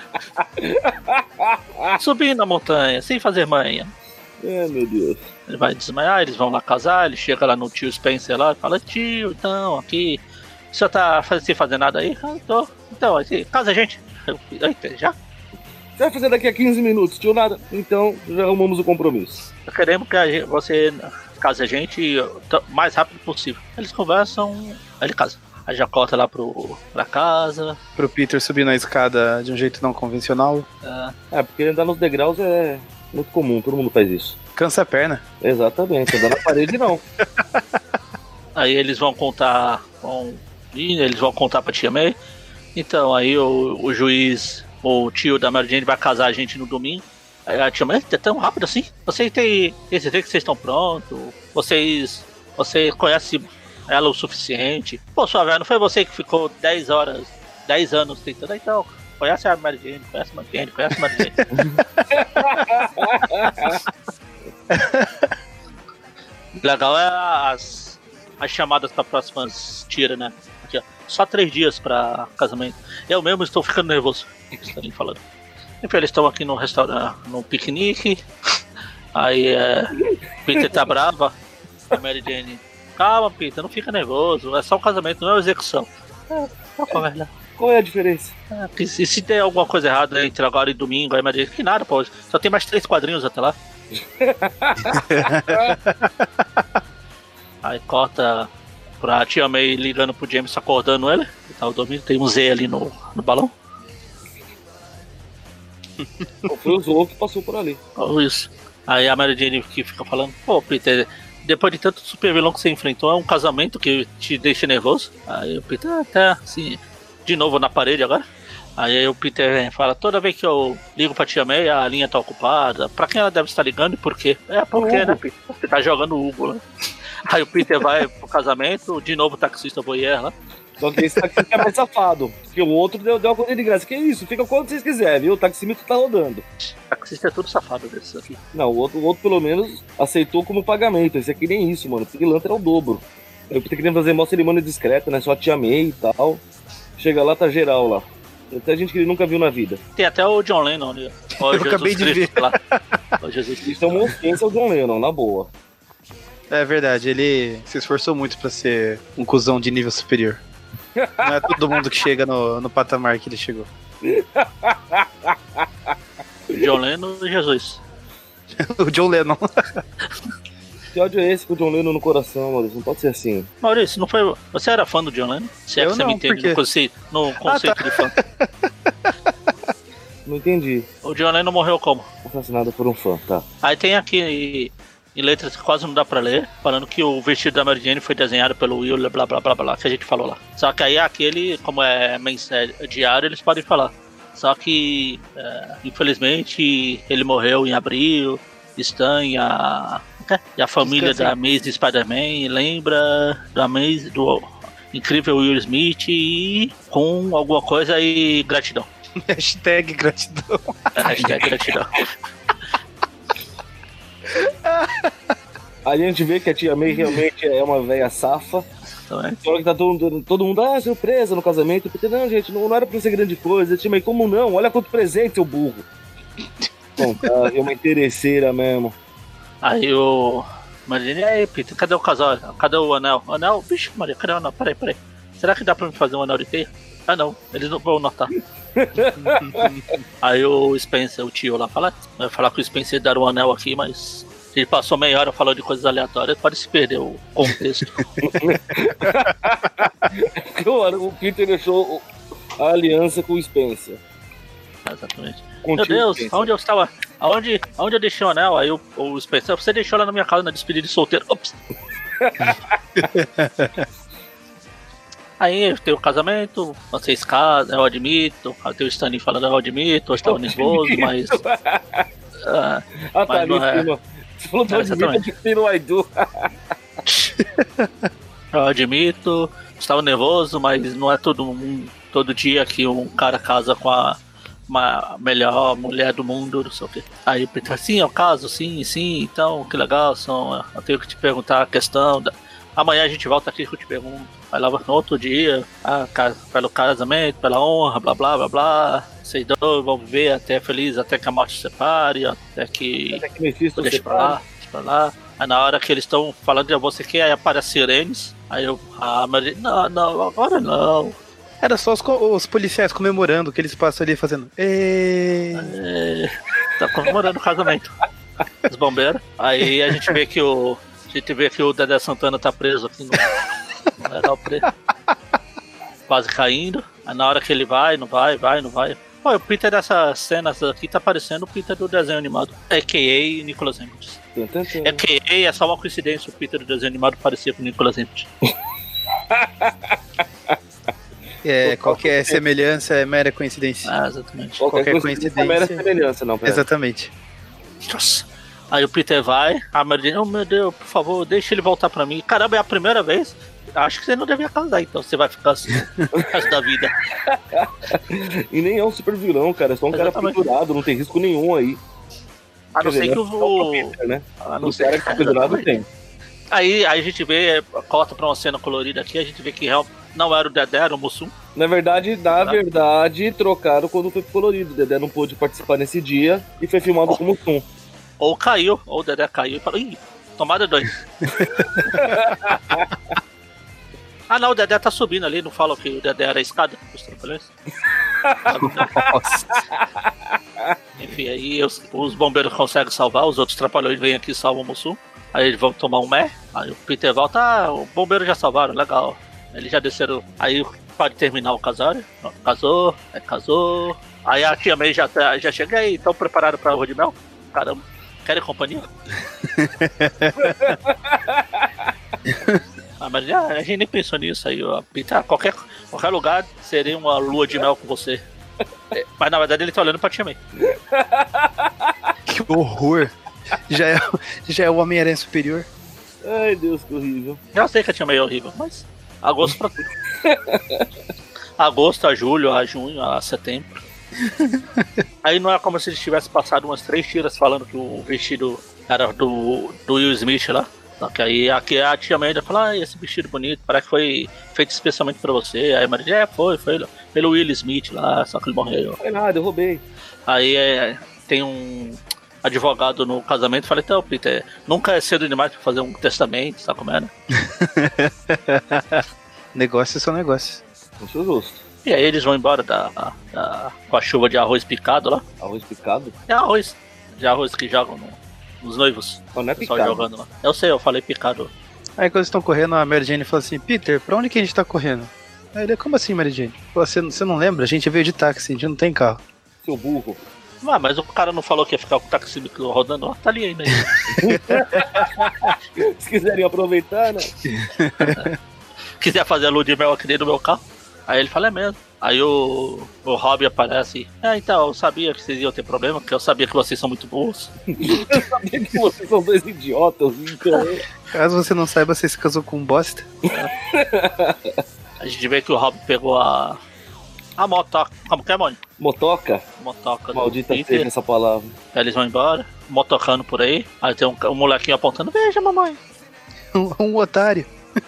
Subindo a montanha, sem fazer manha. É, meu Deus. Ele vai desmaiar, eles vão lá casar, ele chega lá no tio Spencer lá e fala: tio, então, aqui, o senhor tá faz, sem fazer nada aí? Ah, tô. Então, assim, casa a gente. Eu, eita, já? Você vai fazer daqui a quinze minutos, tio, nada? Então, já arrumamos o compromisso. Queremos que a gente, você case a gente o mais rápido possível. Eles conversam, aí ele casa. Aí já corta lá pro, pra casa. Pro Peter subir na escada de um jeito não convencional. É, é porque andar nos degraus é muito comum, todo mundo faz isso. Cansa a perna. Exatamente, andar na parede não. Aí eles vão contar, vão, eles vão contar pra tia May. Então, aí o, o juiz, o tio da Mary Jane vai casar a gente no domingo. Aí a tia May, é tão rápido assim? Vocês têm certeza que vocês estão prontos? Vocês, você conhece ela o suficiente? Pô, sua velha, não foi você que ficou dez horas, dez anos tentando? Então, conhece a Mary Jane, conhece a Mary Jane, conhece a Mary Jane. Legal é as, as chamadas para próximas tiras, né? Aqui, ó. Só três dias para casamento. Eu mesmo estou ficando nervoso. O que você tá ali falando? Enfim, eles estão aqui no restaurante, no piquenique. Aí é, Peter tá brava. A Mary Jane: calma, Peter, não fica nervoso. É só um casamento, não é uma execução. É, não conversa. Qual é a diferença? É, que se, se der alguma coisa errada entre agora e domingo, aí a Mary Jane: que nada, pô. Só tem mais três quadrinhos até lá. Aí corta pra tia May ligando pro James, acordando ele. Ele tava dormindo, tem um Z ali no, no balão. Foi o Zorro que passou por ali. Oh, isso. Aí a Mary Jane que fica falando: pô, Peter, depois de tanto super vilão que você enfrentou, é um casamento que te deixa nervoso. Aí o Peter até assim, de novo na parede agora. Aí o Peter fala: toda vez que eu ligo pra tia May, a linha tá ocupada. Pra quem ela deve estar ligando e por quê? É porque, né, Peter? Você tá jogando o Hugo, né? Aí o Peter vai pro casamento, de novo o taxista voyeur lá. Só que esse taxista é mais safado. Porque o outro deu, deu uma coisa de graça. Que isso? Fica quando vocês quiserem, viu? O taxímetro tá rodando. O taxista é tudo safado desses aqui. Não, o outro, o outro pelo menos aceitou como pagamento. Esse aqui nem isso, mano. O pilantra é o dobro. Eu tô querendo fazer mó cerimônia discreta, né? Só a tia May e tal. Chega lá, tá geral lá. Até gente que ele nunca viu na vida. Tem até o John Lennon ali. Eu Jesus acabei de Cristo, ver. lá. O Jesus Cristo. Isso é uma ofensa ao John Lennon, na boa. É verdade, ele se esforçou muito pra ser um cuzão de nível superior. Não é todo mundo que chega no, no patamar que ele chegou. John Lennon e Jesus. O John Lennon. Que ódio é esse com o John Lennon no coração, Maurício? Não pode ser assim. Maurício, não foi... você era fã do John Lennon? Se é Eu que você não, me entende por quê? no conceito, no conceito Ah, tá. de fã. Não entendi. O John Lennon morreu como? Assassinado por um fã, tá. Aí tem aqui em letras que quase não dá pra ler, falando que o vestido da Mary Jane foi desenhado pelo Will, blá blá blá blá, que a gente falou lá. Só que aí aquele, como é, é diário, eles podem falar. Só que, é, infelizmente, ele morreu em abril. Stan e a, e a família Descanse. Da Amazing Spider-Man lembra do Amazing, do incrível Will Smith e com alguma coisa e gratidão. Hashtag gratidão. É, hashtag gratidão. A gente vê que a tia May realmente é uma velha safa. Só que tá todo, todo mundo, ah, surpresa no casamento. Porque não, gente, não, não era pra ser grande coisa. Tia May, como não? Olha quanto presente, seu burro. Bom, tá, é uma interesseira mesmo. Aí o. Imagina, e aí, Peter, cadê o casal? Cadê o anel? O anel? Vixe, Maria, cadê o anel? Peraí, peraí. Será que dá pra me fazer um anel de teia? Ah, não, eles não vão notar. Aí o Spencer, o tio lá, fala: vai falar que o Spencer dar um anel aqui, mas ele passou meia hora falando de coisas aleatórias, pode se perder o contexto. O Peter deixou a aliança com o Spencer. Exatamente. Meu Deus, aonde eu estava? Aonde, aonde eu deixei o anel? Aí o, o Spencer, você deixou lá na minha casa na despedida de solteiro. Ops. Aí tem o casamento, vocês casam, eu admito. Aí tem o Stanley falando, eu admito, eu estava nervoso, mas. ah, ah, tá ali, é... Você falou do admito, eu admito, eu admito, estava nervoso, mas não é todo, um, todo dia que um cara casa com a uma melhor mulher do mundo, não sei o que. Aí o Peter, sim, é o caso, sim, sim, então, que legal, são, eu tenho que te perguntar a questão, da... amanhã a gente volta aqui que eu te pergunto. Aí lá no outro dia, ah, pelo casamento, pela honra, blá blá blá blá, vocês dois vão viver até feliz, até que a morte separe, até que... Até que Mephisto deixa pra lá, deixa pra lá. Aí na hora que eles estão falando de você que aí aparece sirenes, aí eu, ah, mas não, não, agora não. Era só os, os policiais comemorando que eles passam ali fazendo. Eee... É, tá comemorando o casamento. Os bombeiros. Aí a gente vê que o. A gente vê que o Dedé Santana tá preso aqui no. no legal preso. Quase caindo. Aí na hora que ele vai, não vai, vai, não vai. Pô, o Peter dessas cenas aqui tá parecendo o Peter do desenho animado. A K A Nicolas Hammond. A K A é só uma coincidência, o Peter do desenho animado parecia com o Nicolas Hammond. É, qualquer semelhança é mera coincidência. Ah, exatamente. Qualquer, qualquer coincidência é mera semelhança, não, pera. Exatamente. Nossa. Aí o Peter vai, a Mary Jane, oh meu Deus, por favor, deixa ele voltar pra mim. Caramba, é a primeira vez. Acho que você não devia casar, então você vai ficar assim o resto da vida. E nem é um super vilão, cara. É só um exatamente. Cara pendurado, não tem risco nenhum aí. A não ser que o. Peter, né? A não ser que o pendurado tem. Aí, aí a gente vê, corta pra uma cena colorida aqui, a gente vê que realmente não era o Dedé, era o Mussum. Na verdade, na verdade, trocaram quando foi colorido. O Dedé não pôde participar nesse dia e foi filmado oh. como Mussum. Ou caiu, ou o Dedé caiu e falou, ih, tomada dois. Ah não, o Dedé tá subindo ali, não fala que o Dedé era a escada dos trapalhões. Enfim, aí os, os bombeiros conseguem salvar, os outros trapalhões vêm aqui e salvam o Mussum. Aí eles vão tomar um mé, aí o Peter volta, ah, o bombeiro já salvaram, legal. Eles já desceram, aí pode terminar o casório. Casou, é, casou. Aí a tia May já, já chega aí, estão preparados pra lua de mel? Caramba, querem companhia? Ah, mas já, a gente nem pensou nisso aí, ó. Peter, qualquer, qualquer lugar seria uma lua de mel com você. Mas na verdade ele tá olhando pra tia May. Que horror! Já é, já é o Homem-Aranha superior. Ai, Deus, que horrível. Já sei que a tia May é horrível, mas agosto pra tudo. Agosto a julho, a junho, a setembro. Aí não é como se eles tivessem passado umas três tiras falando que o vestido era do, do Will Smith lá. Só que aí aqui a tia May ainda fala, ah, esse vestido bonito, parece que foi feito especialmente pra você. Aí a Maria, é, foi, foi pelo Will Smith lá, só que ele morreu. Não foi nada, eu roubei. Aí é, tem um advogado no casamento, falei, então, Peter, nunca é cedo demais pra fazer um testamento, sabe como é, né? Negócios são negócios. Isso é justo. E aí eles vão embora da, da, com a chuva de arroz picado lá. Arroz picado? É arroz, de arroz que jogam no, nos noivos. Não, não é picado. Jogando lá. Eu sei, eu falei picado. Aí quando eles estão correndo, a Mary Jane fala assim, Peter, pra onde que a gente tá correndo? Aí ele, como assim, Mary Jane? Você, você não lembra? A gente veio de táxi, a gente não tem carro. seu burro. Ah, mas o cara não falou que ia ficar com o taxímetro rodando lá? Tá ali ainda. Se quiserem aproveitar, né? Quiser fazer a lua de mel aqui dentro do meu carro. Aí ele fala, é mesmo. Aí o, o Robbie aparece. É, então, eu sabia que vocês iam ter problema, porque eu sabia que vocês são muito burros. Eu sabia que vocês são dois idiotas, então. Caso você não saiba, você se casou com um bosta. É. A gente vê que o Robbie pegou a... A motoca. Como que é, Mônica? Motoca? Motoca. Maldita seja essa palavra. Aí eles vão embora, motocando por aí. Aí tem um, um molequinho apontando, veja, mamãe. Um, um otário.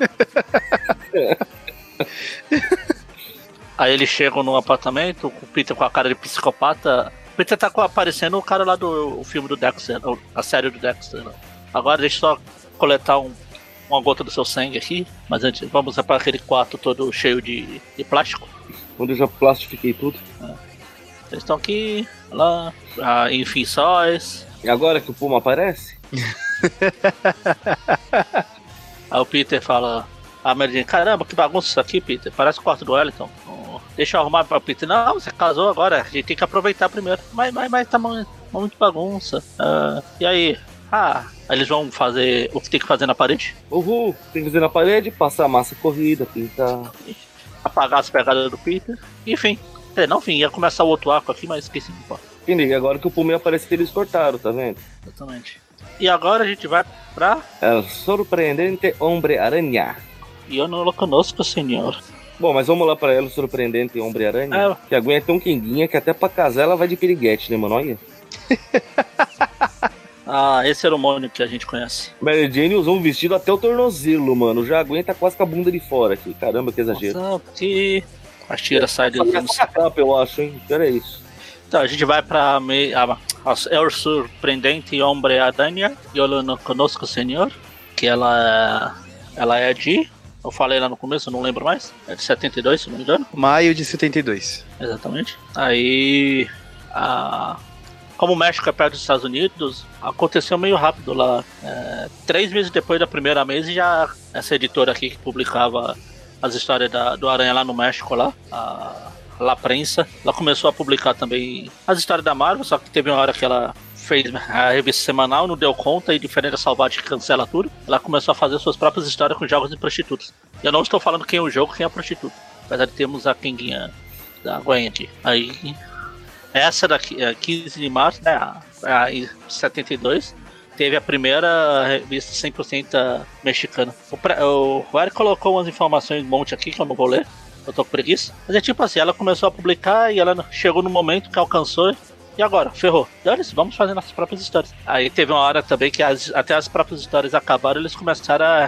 Aí eles chegam no apartamento, o Peter com a cara de psicopata. O Peter tá aparecendo o cara lá do o filme do Dexter, a série do Dexter. Agora deixa eu só coletar um, uma gota do seu sangue aqui. Mas antes, vamos para aquele quarto todo cheio de, de plástico. Onde eu já plastifiquei tudo. É. Eles estão aqui, lá, ah, enfim, sóis. E agora que o Puma aparece? Aí o Peter fala, a Mary Jane, caramba, que bagunça isso aqui, Peter, parece o quarto do Wellington. Oh, deixa eu arrumar pra Peter. Não, você casou agora, a gente tem que aproveitar primeiro. Mas, mas, mas tá muito, muito bagunça. Ah, e aí? Ah, aí eles vão fazer o que tem que fazer na parede? Uhul, tem que fazer na parede, passar massa corrida, pintar... Apagar as pegadas do Peter. Enfim, é, não, enfim, ia começar o outro arco aqui, mas esqueci de pôr. Entendi, agora que o Puma apareceu, eles cortaram, tá vendo? Exatamente. E agora a gente vai pra... El Surpreendente Homem-Aranha. E eu não lo conosco, senhor. Bom, mas vamos lá pra El Surpreendente Homem-Aranha. É. Que a Gwen é tão quenguinha que até pra casar ela vai de piriguete, né, mano? Olha. Ah, esse era o Mônio que a gente conhece. Mary Jane usou um vestido até o tornozelo, mano. Já aguenta quase com a bunda de fora aqui. Caramba, que exagero. Nossa, porque a tira sai do... Essa capa, eu acho, hein? Pera isso. Então, a gente vai pra... Me... A... El Surpreendente Homem-Aranha. Eu não conosco, senhor. Que ela... Ela é de... Eu falei lá no começo, eu não lembro mais. É de setenta e dois, se não me engano. Maio de setenta e dois. Exatamente. Aí... A... Como o México é perto dos Estados Unidos, aconteceu meio rápido lá. É, três meses depois da primeira mês, já essa editora aqui que publicava as histórias da, do Aranha lá no México, lá, a La Prensa, ela começou a publicar também as histórias da Marvel, só que teve uma hora que ela fez a revista semanal, não deu conta, e diferente da Salvati que cancela tudo, ela começou a fazer suas próprias histórias com jogos de prostitutas. Eu não estou falando quem é o jogo, quem é a prostituta, apesar de termos a Kenguinha da Gwen aqui. Aí... Essa daqui, quinze de março, né, a, a, em setenta e dois, teve a primeira revista cem por cento mexicana. O, o Eric colocou umas informações um monte aqui que eu não vou ler, eu tô com preguiça. Mas é tipo assim, ela começou a publicar e ela chegou no momento que alcançou, e agora? Ferrou. Dane-se, vamos fazer nossas próprias histórias. Aí teve uma hora também que as, até as próprias histórias acabaram, eles começaram a,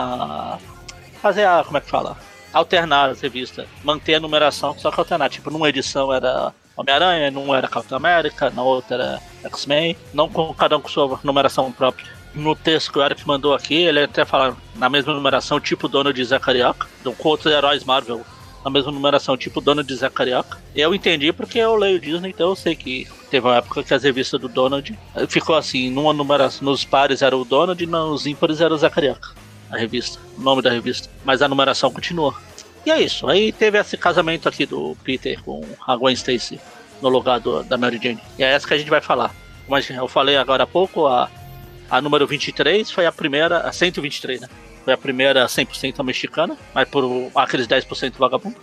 a fazer a, como é que fala? Alternar as revistas, manter a numeração, só que alternar, tipo, numa edição era... Homem-Aranha, num era Capitão América, na outra era X-Men, não com cada um com sua numeração própria. No texto que o Eric mandou aqui, ele até fala na mesma numeração, tipo Donald de Zé Carioca, com outros heróis Marvel, na mesma numeração, tipo Donald de Zé Carioca. Eu entendi porque eu leio Disney, então eu sei que teve uma época que as revistas do Donald ficou assim, numa numeração, nos pares era o Donald e nos ímpares era o Zé Carioca, a revista, o nome da revista, mas a numeração continua. E é isso, aí teve esse casamento aqui do Peter com a Gwen Stacy no lugar do, da Mary Jane. E é essa que a gente vai falar. Como eu falei agora há pouco, a, a número vinte e três foi a primeira, a cento e vinte e três, né? Foi a primeira cem por cento mexicana, mas por aqueles dez por cento vagabundo.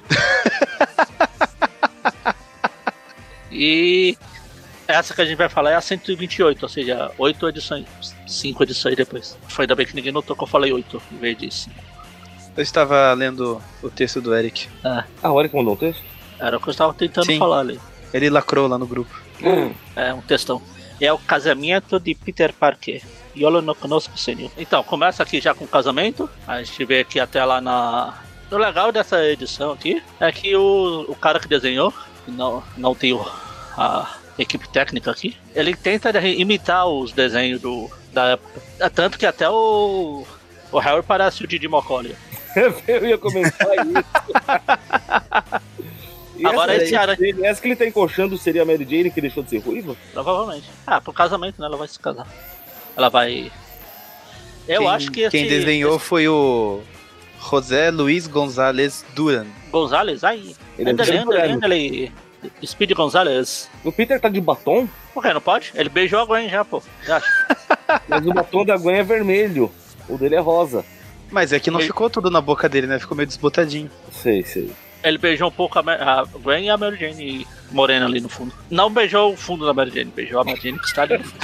E essa que a gente vai falar é a cento e vinte e oito, ou seja, oito edições, cinco edições depois. Foi ainda bem que ninguém notou que eu falei oito em vez de cinco. Eu estava lendo o texto do Eric. É. Ah, o Eric mandou um texto? Era o que eu estava tentando Sim. falar ali. Ele lacrou lá no grupo. Hum. É, um textão. É o casamento de Peter Parker. Eu não conosco, senhor. Então, começa aqui já com o casamento. A gente vê aqui até lá na... O legal dessa edição aqui é que o, o cara que desenhou, não, não tem o, a equipe técnica aqui, ele tenta imitar os desenhos do, da época. É tanto que até o, o Harry parece o Didi Mocoli. Eu ia comentar isso. E agora essa, esse cara... essa que ele tá encoxando seria a Mary Jane que deixou de ser ruiva? Provavelmente. Ah, pro casamento, né? Ela vai se casar. Ela vai... Eu quem, acho que esse... Quem desenhou esse... foi o José Luiz González Duran. González? Aí. Ele ainda é lendo, ainda ele... Speed Gonzalez. O Peter tá de batom? Por que, não pode? Ele beijou a Gwen já, pô. Você acha? Mas o batom da Gwen é vermelho. O dele é rosa. Mas é que não Ele... ficou tudo na boca dele, né? Ficou meio desbotadinho. Sei, sei. Ele beijou um pouco a, Ma- a Gwen e a Mary Jane morena ali no fundo. Não beijou o fundo da Mary Jane, beijou a Mary Jane que está ali no fundo.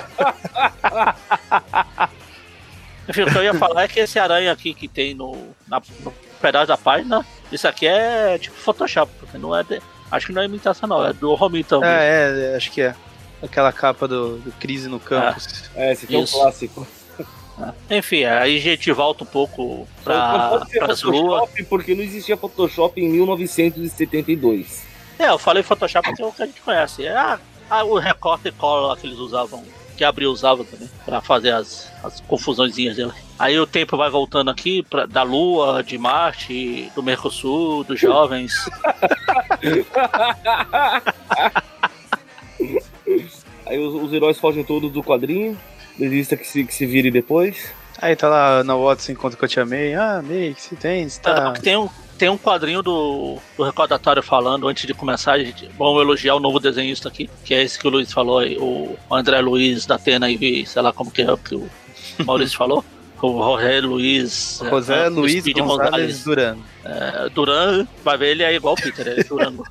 Enfim, o que eu ia falar é que esse aranha aqui que tem no, na, no pedaço da página, isso aqui é tipo Photoshop, porque não é de, acho que não é imitação não, é do Romita. É, é, acho que é. Aquela capa do, do Crise no Campus. É, esse aqui Isso. é um clássico. Enfim, aí a gente volta um pouco Não pra, pode ser pras ruas. Photoshop, porque não existia Photoshop em mil novecentos e setenta e dois. É, eu falei Photoshop porque é o que a gente conhece. É a, a, o recorte e cola que eles usavam, que Abril usava também, pra fazer as, as confusõezinhas dele. Aí o tempo vai voltando aqui pra, da Lua, de Marte, do Mercosul, dos jovens. Aí os, os heróis fogem todos do quadrinho. Desista que se, que se vire depois. Aí tá lá na Watson enquanto que eu te amei. Ah, amei, que se tem, se tá... Não, que tem um, tem um quadrinho do, do recordatório falando, antes de começar, a gente, vamos elogiar o novo desenhista aqui, que é esse que o Luiz falou, aí, o André Luiz da Atena e sei lá como que é que o Maurício falou. O José Luiz... José é, Luiz Speed Gonzalez Gonzalez. Duran. É, Duran, vai ver, ele é igual o Peter, é Durango.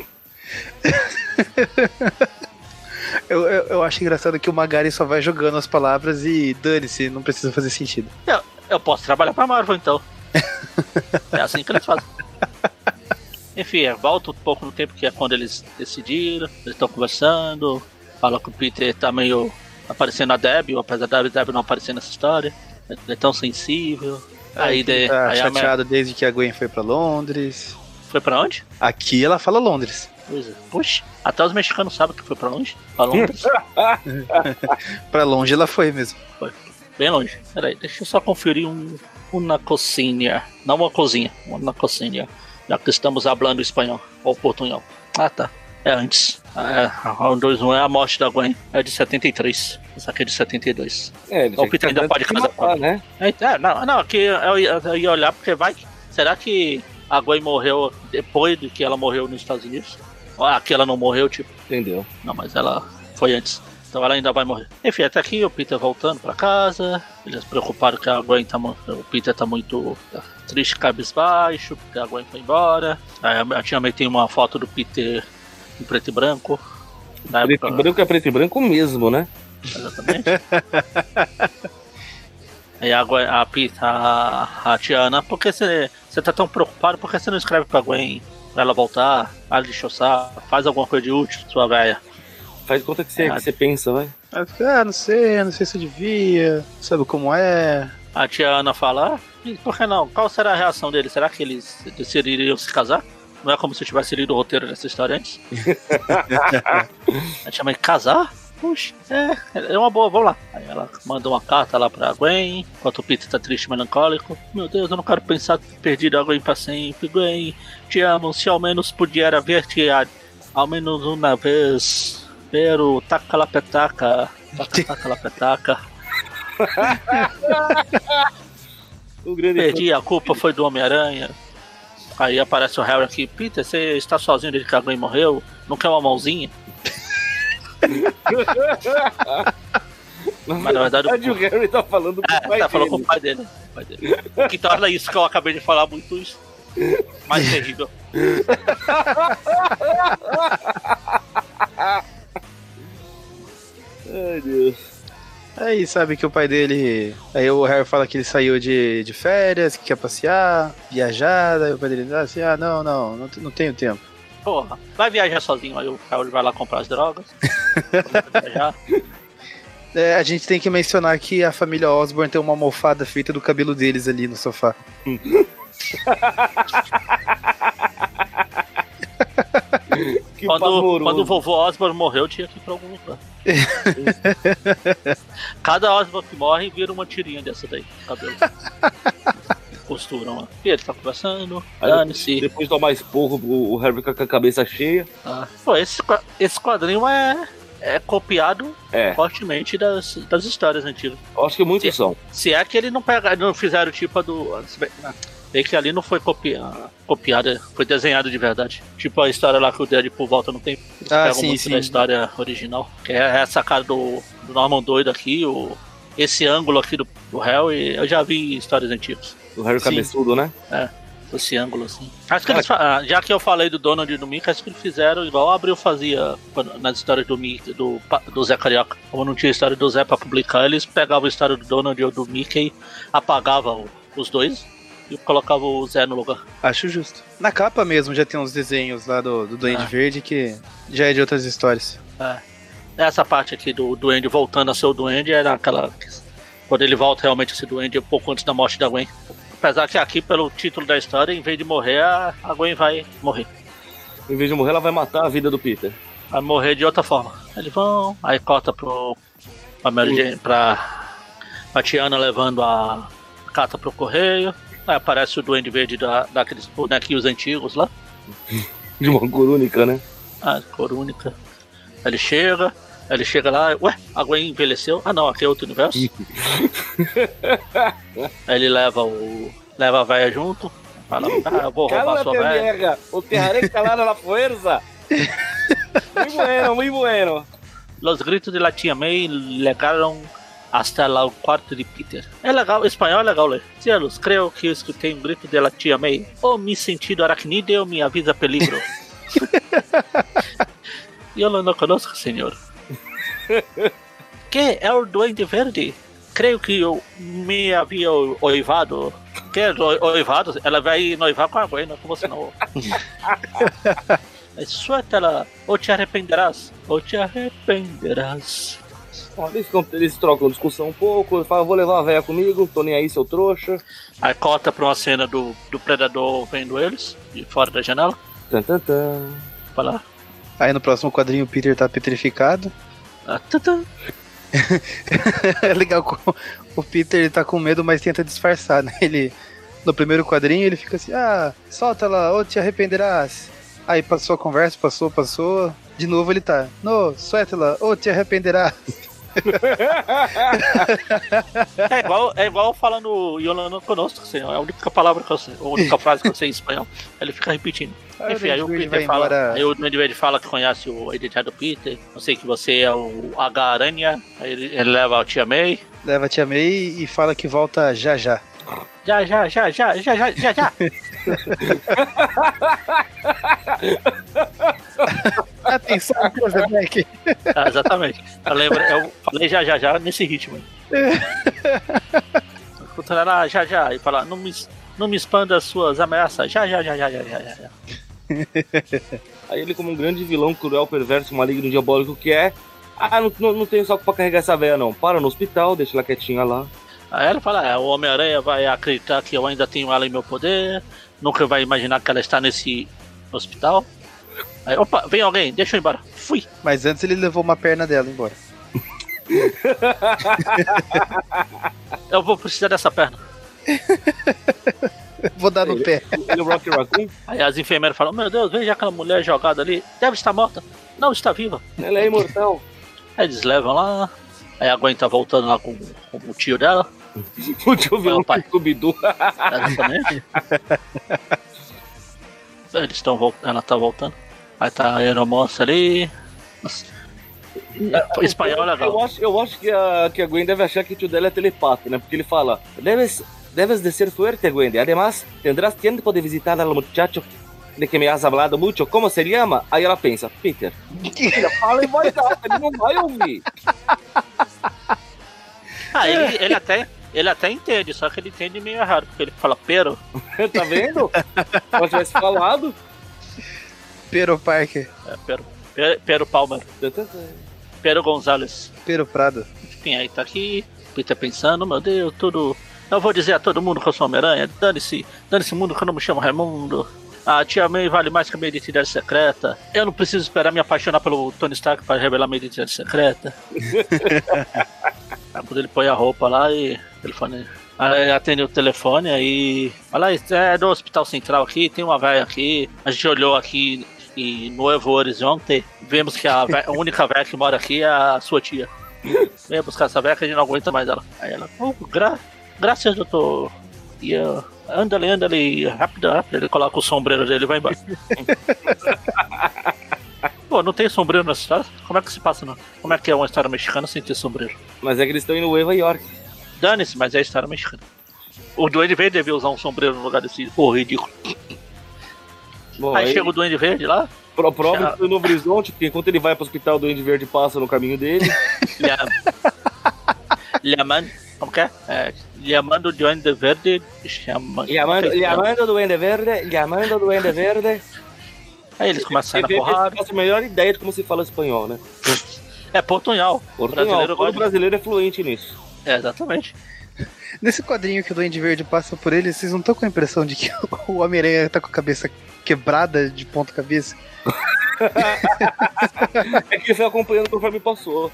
Eu, eu, eu acho engraçado que o Magari só vai jogando as palavras e dane-se, não precisa fazer sentido. Eu, eu posso trabalhar pra Marvel, então. É assim que eles fazem. Enfim, é, volta um pouco no tempo que é quando eles decidiram, eles estão conversando, fala que o Peter tá meio aparecendo a Debbie, apesar da Debbie não aparecer nessa história. Ele é tão sensível. Aí, de, tá aí chateado a... desde que a Gwen foi pra Londres. Foi pra onde? Aqui ela fala Londres. Pois é. Puxa, até os mexicanos sabem que foi pra longe. Pra Londres. Pra longe ela foi mesmo. Foi. Bem longe. Peraí, deixa eu só conferir um. Uma cozinha. Não uma cozinha, uma cozinha. Já que estamos falando espanhol ou portunhol. Ah, tá. É antes. É, o dois um é a morte da Gwen. É de setenta e três. Essa aqui é de setenta e dois. É, ele O Peter ainda pode casar com ela, né? É, não, não, aqui eu ia, eu ia olhar porque vai. Será que a Gwen morreu depois de que ela morreu nos Estados Unidos? Ou aqui ela não morreu, tipo. Entendeu? Não, mas ela foi antes. Então ela ainda vai morrer. Enfim, até aqui o Peter voltando pra casa. Eles preocuparam que a Gwen tá. O Peter tá muito tá triste, cabisbaixo, porque a Gwen foi embora. Aí a tia May tem uma foto do Peter em preto e branco. Preto época... e branco é preto e branco mesmo, né? Exatamente. Aí a, Gwen, a, a, a tia Ana, por que você tá tão preocupado? Por que você não escreve pra Gwen pra ela voltar? Para de choçar, faz alguma coisa de útil, sua velha. Faz conta que você, é, que você pensa, vai. Ah, não sei, não sei se eu devia, sabe como é. A tia Ana fala, ah, por que não? Qual será a reação deles? Será que eles decidiriam se casar? Não é como se eu tivesse lido o roteiro dessa história antes? A tia May, casar? Puxa, é, é uma boa, vamos lá. Aí ela manda uma carta lá pra Gwen, enquanto o Peter tá triste e melancólico. Meu Deus, eu não quero pensar que perdi a Gwen pra sempre. Gwen, te amo, se ao menos puder ver-te ao menos uma vez. Ver o taca-la-petaca, taca-taca-la-petaca. Perdi, a culpa foi do Homem-Aranha. Aí aparece o Harry aqui, Peter, você está sozinho desde que a Gwen morreu? Não quer uma mãozinha? Mas na verdade o, o Harry tá falando com é, o pai tá dele. falando com o pai dele, o pai dele. O que torna isso que eu acabei de falar muito isso mais terrível. Ai, Deus. Aí sabe que o pai dele. Aí o Harry fala que ele saiu de, de férias, que quer passear, viajar. Aí o pai dele diz assim: ah, não, não, não, não tenho tempo. Porra, vai viajar sozinho, aí o Harry vai lá comprar as drogas. viajar. É, a gente tem que mencionar que a família Osborn tem uma almofada feita do cabelo deles ali no sofá. quando, quando o vovô Osborn morreu, tinha que ir pra algum lugar. Cada Osborn que morre vira uma tirinha dessa daí, cabelo. Costuram lá. E ele tá conversando, dane-se. Depois de tomar esporro, o Harry fica com a cabeça cheia. Ah, pô, esse, esse quadrinho é, é copiado É. fortemente das, das histórias antigas. Eu acho que muitos Se- são. Se é que ele não pega, não fizeram tipo a do. É que ali não foi copiada, copiada, foi desenhado de verdade. Tipo a história lá que o Deadpool volta no tempo. Eles Ah, pegam sim, muito sim. da história original. Que é essa cara do, do Norman doido aqui, o, esse ângulo aqui do, do Hell, e eu já vi histórias antigas. O Harry Sim. Cabeçudo, né? Esse ângulo assim. Acho que eles, fa- já que eu falei do Donald e do Mickey, acho que eles fizeram igual o Abril fazia quando- nas histórias do Mickey, do, pa- do Zé Carioca. Como não tinha história do Zé pra publicar, eles pegavam a história do Donald ou do Mickey, apagavam os dois e colocavam o Zé no lugar. Acho justo. Na capa mesmo já tem uns desenhos lá do, do Duende Ah. Verde que já é de outras histórias. É. Essa parte aqui do Duende voltando a ser o Duende era aquela. Quando ele volta realmente a ser Duende, um pouco antes da morte da Gwen. Apesar que aqui, pelo título da história, em vez de morrer, a a Gwen vai morrer. Em vez de morrer, ela vai matar a vida do Peter. Vai morrer de outra forma. Eles vão, aí corta pro. Pra, Mary Jane, pra, pra Tiana levando a carta pro correio. Aí aparece o Duende Verde da, daqueles bonequinhos antigos lá. De uma cor única, né? A cor única. Ele chega, ele chega lá, ué, a Gwen envelheceu? Ah não, aqui é outro universo. Aí ele leva o. leva a véia junto. Fala, ah, eu vou roubar sua véia. vieja, o te haré calar a la fuerza. Muy bueno, muy bueno. Los gritos de la tia May legaram hasta lá o quarto de Peter. É legal, o espanhol é legal ler. Cielos, creio que eu escutei um grito de la tia May. O mi sentido aracnídeo me avisa peligro. Eu não conosco, senhor. Que é o Duende Verde? Creio que eu me havia oivado. Que é oivado? Ela vai noivar com a Gwen, não com você não. Suéltala, ou te arrependerás, ou te arrependerás. Ó, Eles, ficam- eles trocam discussão um pouco, ele fala, vou levar a véia comigo, tô nem aí, seu trouxa. Aí corta pra uma cena do, do Predador vendo eles, de fora da janela. Tan, tan, tan. Fala, Aí no próximo quadrinho o Peter tá petrificado. ah, tã-tã. É legal como o Peter ele tá com medo, mas tenta disfarçar, né? Ele, no primeiro quadrinho ele fica assim, ah, solta lá, ou te arrependerás. Aí passou a conversa, passou, passou. De novo ele tá, no, solta lá, ou te arrependerás. É igual, é igual falando Yolanda conosco, senhor. É a única palavra que eu sei, a única frase que eu sei em espanhol. Ele fica repetindo. Aí Enfim, aí o Duende Peter vai fala. embora. Aí o Duende Verde fala que conhece o identidade do Peter. Eu sei que você é o H-Aranha. Aí ele, ele leva a tia May. Leva a tia May e fala que volta já já. Já, já, já, já, já, já, já, já. Atenção, Closeback. Ah, exatamente. Eu lembro, eu falei já, já, já nesse ritmo. Escutando ela já, já. E fala, não me, não me expanda as suas ameaças. Já, já, já, já, já, já, já. Aí ele, como um grande vilão, cruel, perverso, maligno, diabólico que é, ah, não, não, não tenho saco pra carregar essa véia não, para no hospital, deixa ela quietinha lá. Aí ela fala, é, o Homem-Aranha vai acreditar que eu ainda tenho ela em meu poder, nunca vai imaginar que ela está nesse hospital. Aí, opa, vem alguém, deixa eu ir embora. Fui. Mas antes ele levou uma perna dela embora. Eu vou precisar dessa perna. Vou dar no pé. Ele, o Rocky Raccoon, Aí as enfermeiras falam, meu Deus, veja aquela mulher jogada ali, deve estar morta. Não, está viva. ela é imortal. Aí eles levam lá, aí a Gwen tá voltando lá com, com o tio dela. O tio vilão pai. do Scooby-Doo. Exatamente. Eles estão voltando, ela tá voltando. Aí tá a aeromoça ali. Nossa. O espanhol é Eu legal. acho, eu acho que, a, que a Gwen deve achar que o tio dela é telepata, né? Porque ele fala, debes, debes de ser fuerte, Gwen. Además, tendrás tiempo de visitar al muchacho de que me has hablado mucho. ¿Cómo se llama? Aí ela pensa, Peter. Filha, fala em voz alta, ele não vai ouvir. Ah, ele, ele até. Ele até entende, só que ele entende meio errado, porque ele fala pero. Tá vendo? Se ela tivesse falado. Pero Parker. É, pero. Pero, pero Palmer. Pero Gonzalez. Pero Prado. Enfim, aí tá aqui. Peter pensando, meu Deus, tudo. Eu vou dizer a todo mundo que eu sou Homem-Aranha. Dane-se. Dane-se mundo que eu não me chamo Raimundo. A tia May vale mais que a minha identidade secreta. Eu não preciso esperar me apaixonar pelo Tony Stark para revelar minha identidade secreta. Aí quando ele põe a roupa lá e o telefone. Aí atende o telefone, aí. Olha lá, é do Hospital Central aqui, tem uma velha aqui. A gente olhou aqui e Novo Horizonte, vemos que a, a única velha que mora aqui é a sua tia. Venha buscar essa velha que a gente não aguenta mais ela. Aí ela, oh, gra graças, doutor. E uh, anda-lhe, anda-lhe, rápido, rápido. Ele coloca o sombreiro dele e vai embora. Pô, não tem sombreiro nessa história? Como é que se passa, não? Como é que é uma história mexicana sem ter sombreiro? Mas é que eles estão em Nova York. Dane-se, mas é a história mexicana. O Duende Verde devia usar um sombreiro no lugar desse porra ridículo. Bom, aí, aí chega o Duende Verde lá. Pro prova já... que foi no Novo Horizonte, porque enquanto ele vai pro hospital, o Duende Verde passa no caminho dele. Llamando, como que é? é Llamando o Duende Verde. Chama... Llamando o Duende Verde, llamando o Duende Verde. Aí eles começam a sair na porrada. Essa é a melhor ideia de como se fala espanhol, né? É portunhol. Portunhol, brasileiro, todo brasileiro é fluente nisso. É, exatamente. Nesse quadrinho que o Duende Verde passa por ele, vocês não estão com a impressão de que o Homem-Aranha tá com a cabeça quebrada de ponta cabeça? É que ele foi acompanhando conforme passou.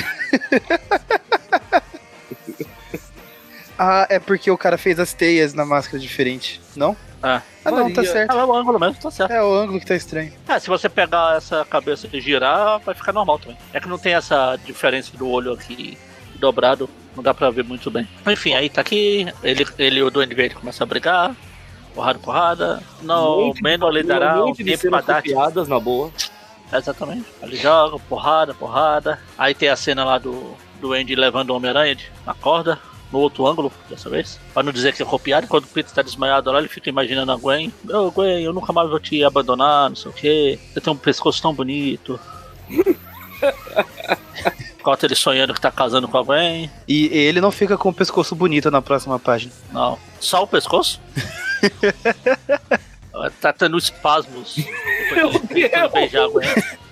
Ah, é porque o cara fez as teias na máscara diferente, não? Ah, ah não, tá certo. Ah, é o ângulo mesmo, tá certo. É o ângulo que tá estranho. Ah, se você pegar essa cabeça e girar, vai ficar normal também. É que não tem essa diferença do olho aqui dobrado, não dá pra ver muito bem. Enfim, aí tá aqui, ele, ele e o Duende Verde começam a brigar, porrada, porrada. No menos ele dará um tempo pra dar piadas na boa. Exatamente. Ele joga, porrada, porrada. Aí tem a cena lá do Duende levando o Homem-Aranha na corda, no outro ângulo, dessa vez. Pra não dizer que é copiado, quando o Peter tá desmaiado lá, ele fica imaginando a Gwen. Ô, oh, Gwen, eu nunca mais vou te abandonar, não sei o que. Você tem um pescoço tão bonito. Corta ele sonhando que tá casando com a Gwen. E ele não fica com o pescoço bonito na próxima página. Não. Só o pescoço? Tá tendo espasmos. Depois que ele beijar a Gwen.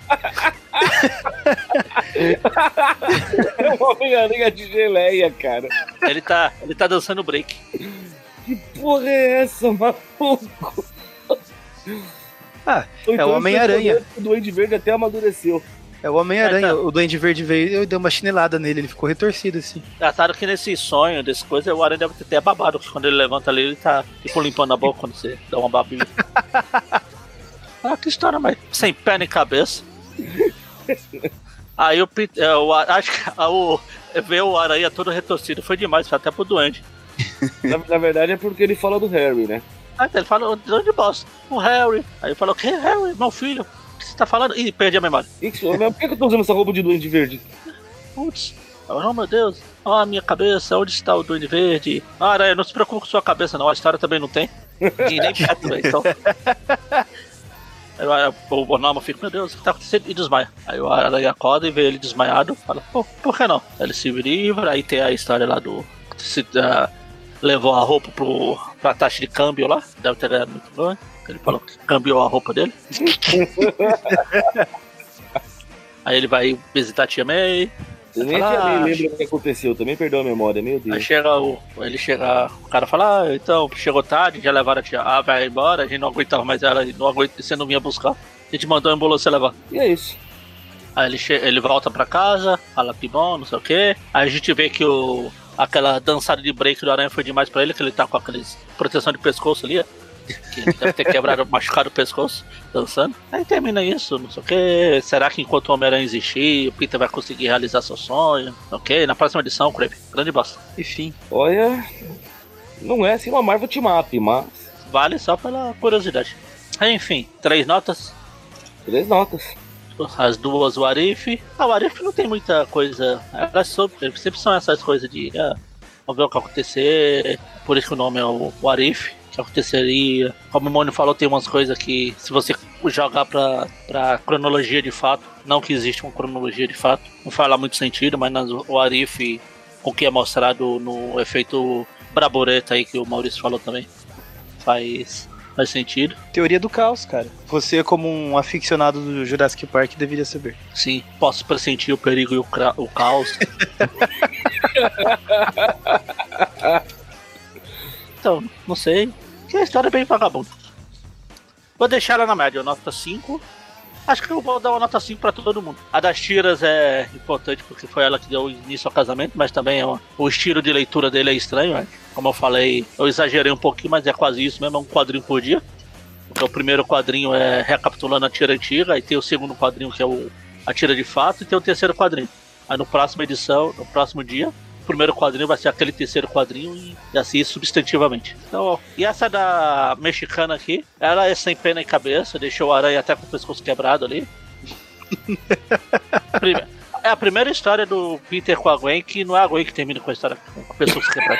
É uma Homem-Aranha de geleia, cara. Ele tá, ele tá dançando break. Que porra é essa, maluco? Ah, então, é o Homem-Aranha. O Duende Verde até amadureceu. É o Homem-Aranha, é, tá. O Duende Verde veio e deu uma chinelada nele, ele ficou retorcido assim. Engraçado que nesse sonho, desse coisa, o Aranha deve ter até babado, porque quando ele levanta ali, ele tá tipo limpando a boca quando você dá uma babinha. Ah, que história, mas sem pé nem cabeça. Aí o Peter, eu acho que o, ver o Aranha todo retorcido foi demais, foi até pro Duende. Na, na verdade é porque ele fala do Harry, né? Ah, ele fala de onde bosta? O Harry. Aí ele falou, que Harry, meu filho? O que você tá falando? Ih, perdi a memória. Isso, mas por que eu tô usando essa roupa de Duende Verde? Putz, oh meu Deus, ó a minha cabeça, onde está o Duende Verde? Ah, Aranha, não se preocupe com sua cabeça não, a história também não tem. E nem perto, velho, então... Aí o Norman fica, meu Deus, o que tá acontecendo? E desmaia. Aí o Aranha acorda e vê ele desmaiado, fala, pô, por que não? Aí ele se livra, aí tem a história lá do... Se, uh, levou a roupa pro, pra taxa de câmbio lá, deve ter ganhado muito bom. Ele falou que cambiou a roupa dele. Aí ele vai visitar a tia May. Eu nem fala, a tia May lembra o que aconteceu, também perdeu a memória, meu Deus. Aí chega o. Ele chega. O cara fala, ah, então, chegou tarde, já levaram a tia. Ah, vai embora, a gente não aguentava mais ela, não aguenta, você não vinha buscar. A gente mandou a ambulância levar. E é isso. Aí ele, che... ele volta pra casa, fala que bom, não sei o que. Aí a gente vê que o. Aquela dançada de break do Aranha foi demais pra ele, que ele tá com aqueles proteção de pescoço ali, ó. Que deve ter quebrado, machucado o pescoço dançando. Aí termina isso, não sei o que. Será que enquanto o Homem-Aranha existir, o Peter vai conseguir realizar seu sonho? Ok, na próxima edição, Crave. Grande bosta. Enfim. Olha, não é assim uma Marvel Team Up, mas vale só pela curiosidade. Aí, enfim, três notas. Três notas. As duas o Arif. Ah, o Arif não tem muita coisa. Elas sempre, sempre são essas coisas de ah, vamos ver o que vai acontecer. Por isso que o nome é o, o Arif. Que aconteceria. Como o Mônio falou, tem umas coisas que, se você jogar pra, pra cronologia de fato, não que existe uma cronologia de fato, não faz muito sentido, mas nas, o Arif, com o que é mostrado no efeito Braboreta aí, que o Maurício falou também, faz, faz sentido. Teoria do caos, cara. Você, como um aficionado do Jurassic Park, deveria saber. Sim, posso pressentir o perigo e o, cra- o caos. Então, não sei. Que a história é bem vagabunda. Vou deixar ela na média, nota cinco. Acho que eu vou dar uma nota cinco pra todo mundo. A das tiras é importante porque foi ela que deu início ao casamento, mas também é uma, o estilo de leitura dele é estranho, né? Como eu falei, eu exagerei um pouquinho, mas é quase isso mesmo, é um quadrinho por dia. Então, o primeiro quadrinho é recapitulando a tira antiga, aí tem o segundo quadrinho que é o, a tira de fato, e tem o terceiro quadrinho. Aí no próximo edição, no próximo dia, o primeiro quadrinho vai ser aquele terceiro quadrinho e, e assim substantivamente. Então, ó, e essa da mexicana aqui, ela é sem pena e cabeça, deixou o aranha até com o pescoço quebrado ali. Primeiro, é a primeira história do Peter com a Gwen, que não é a Gwen que termina com a história com o pescoço quebrado.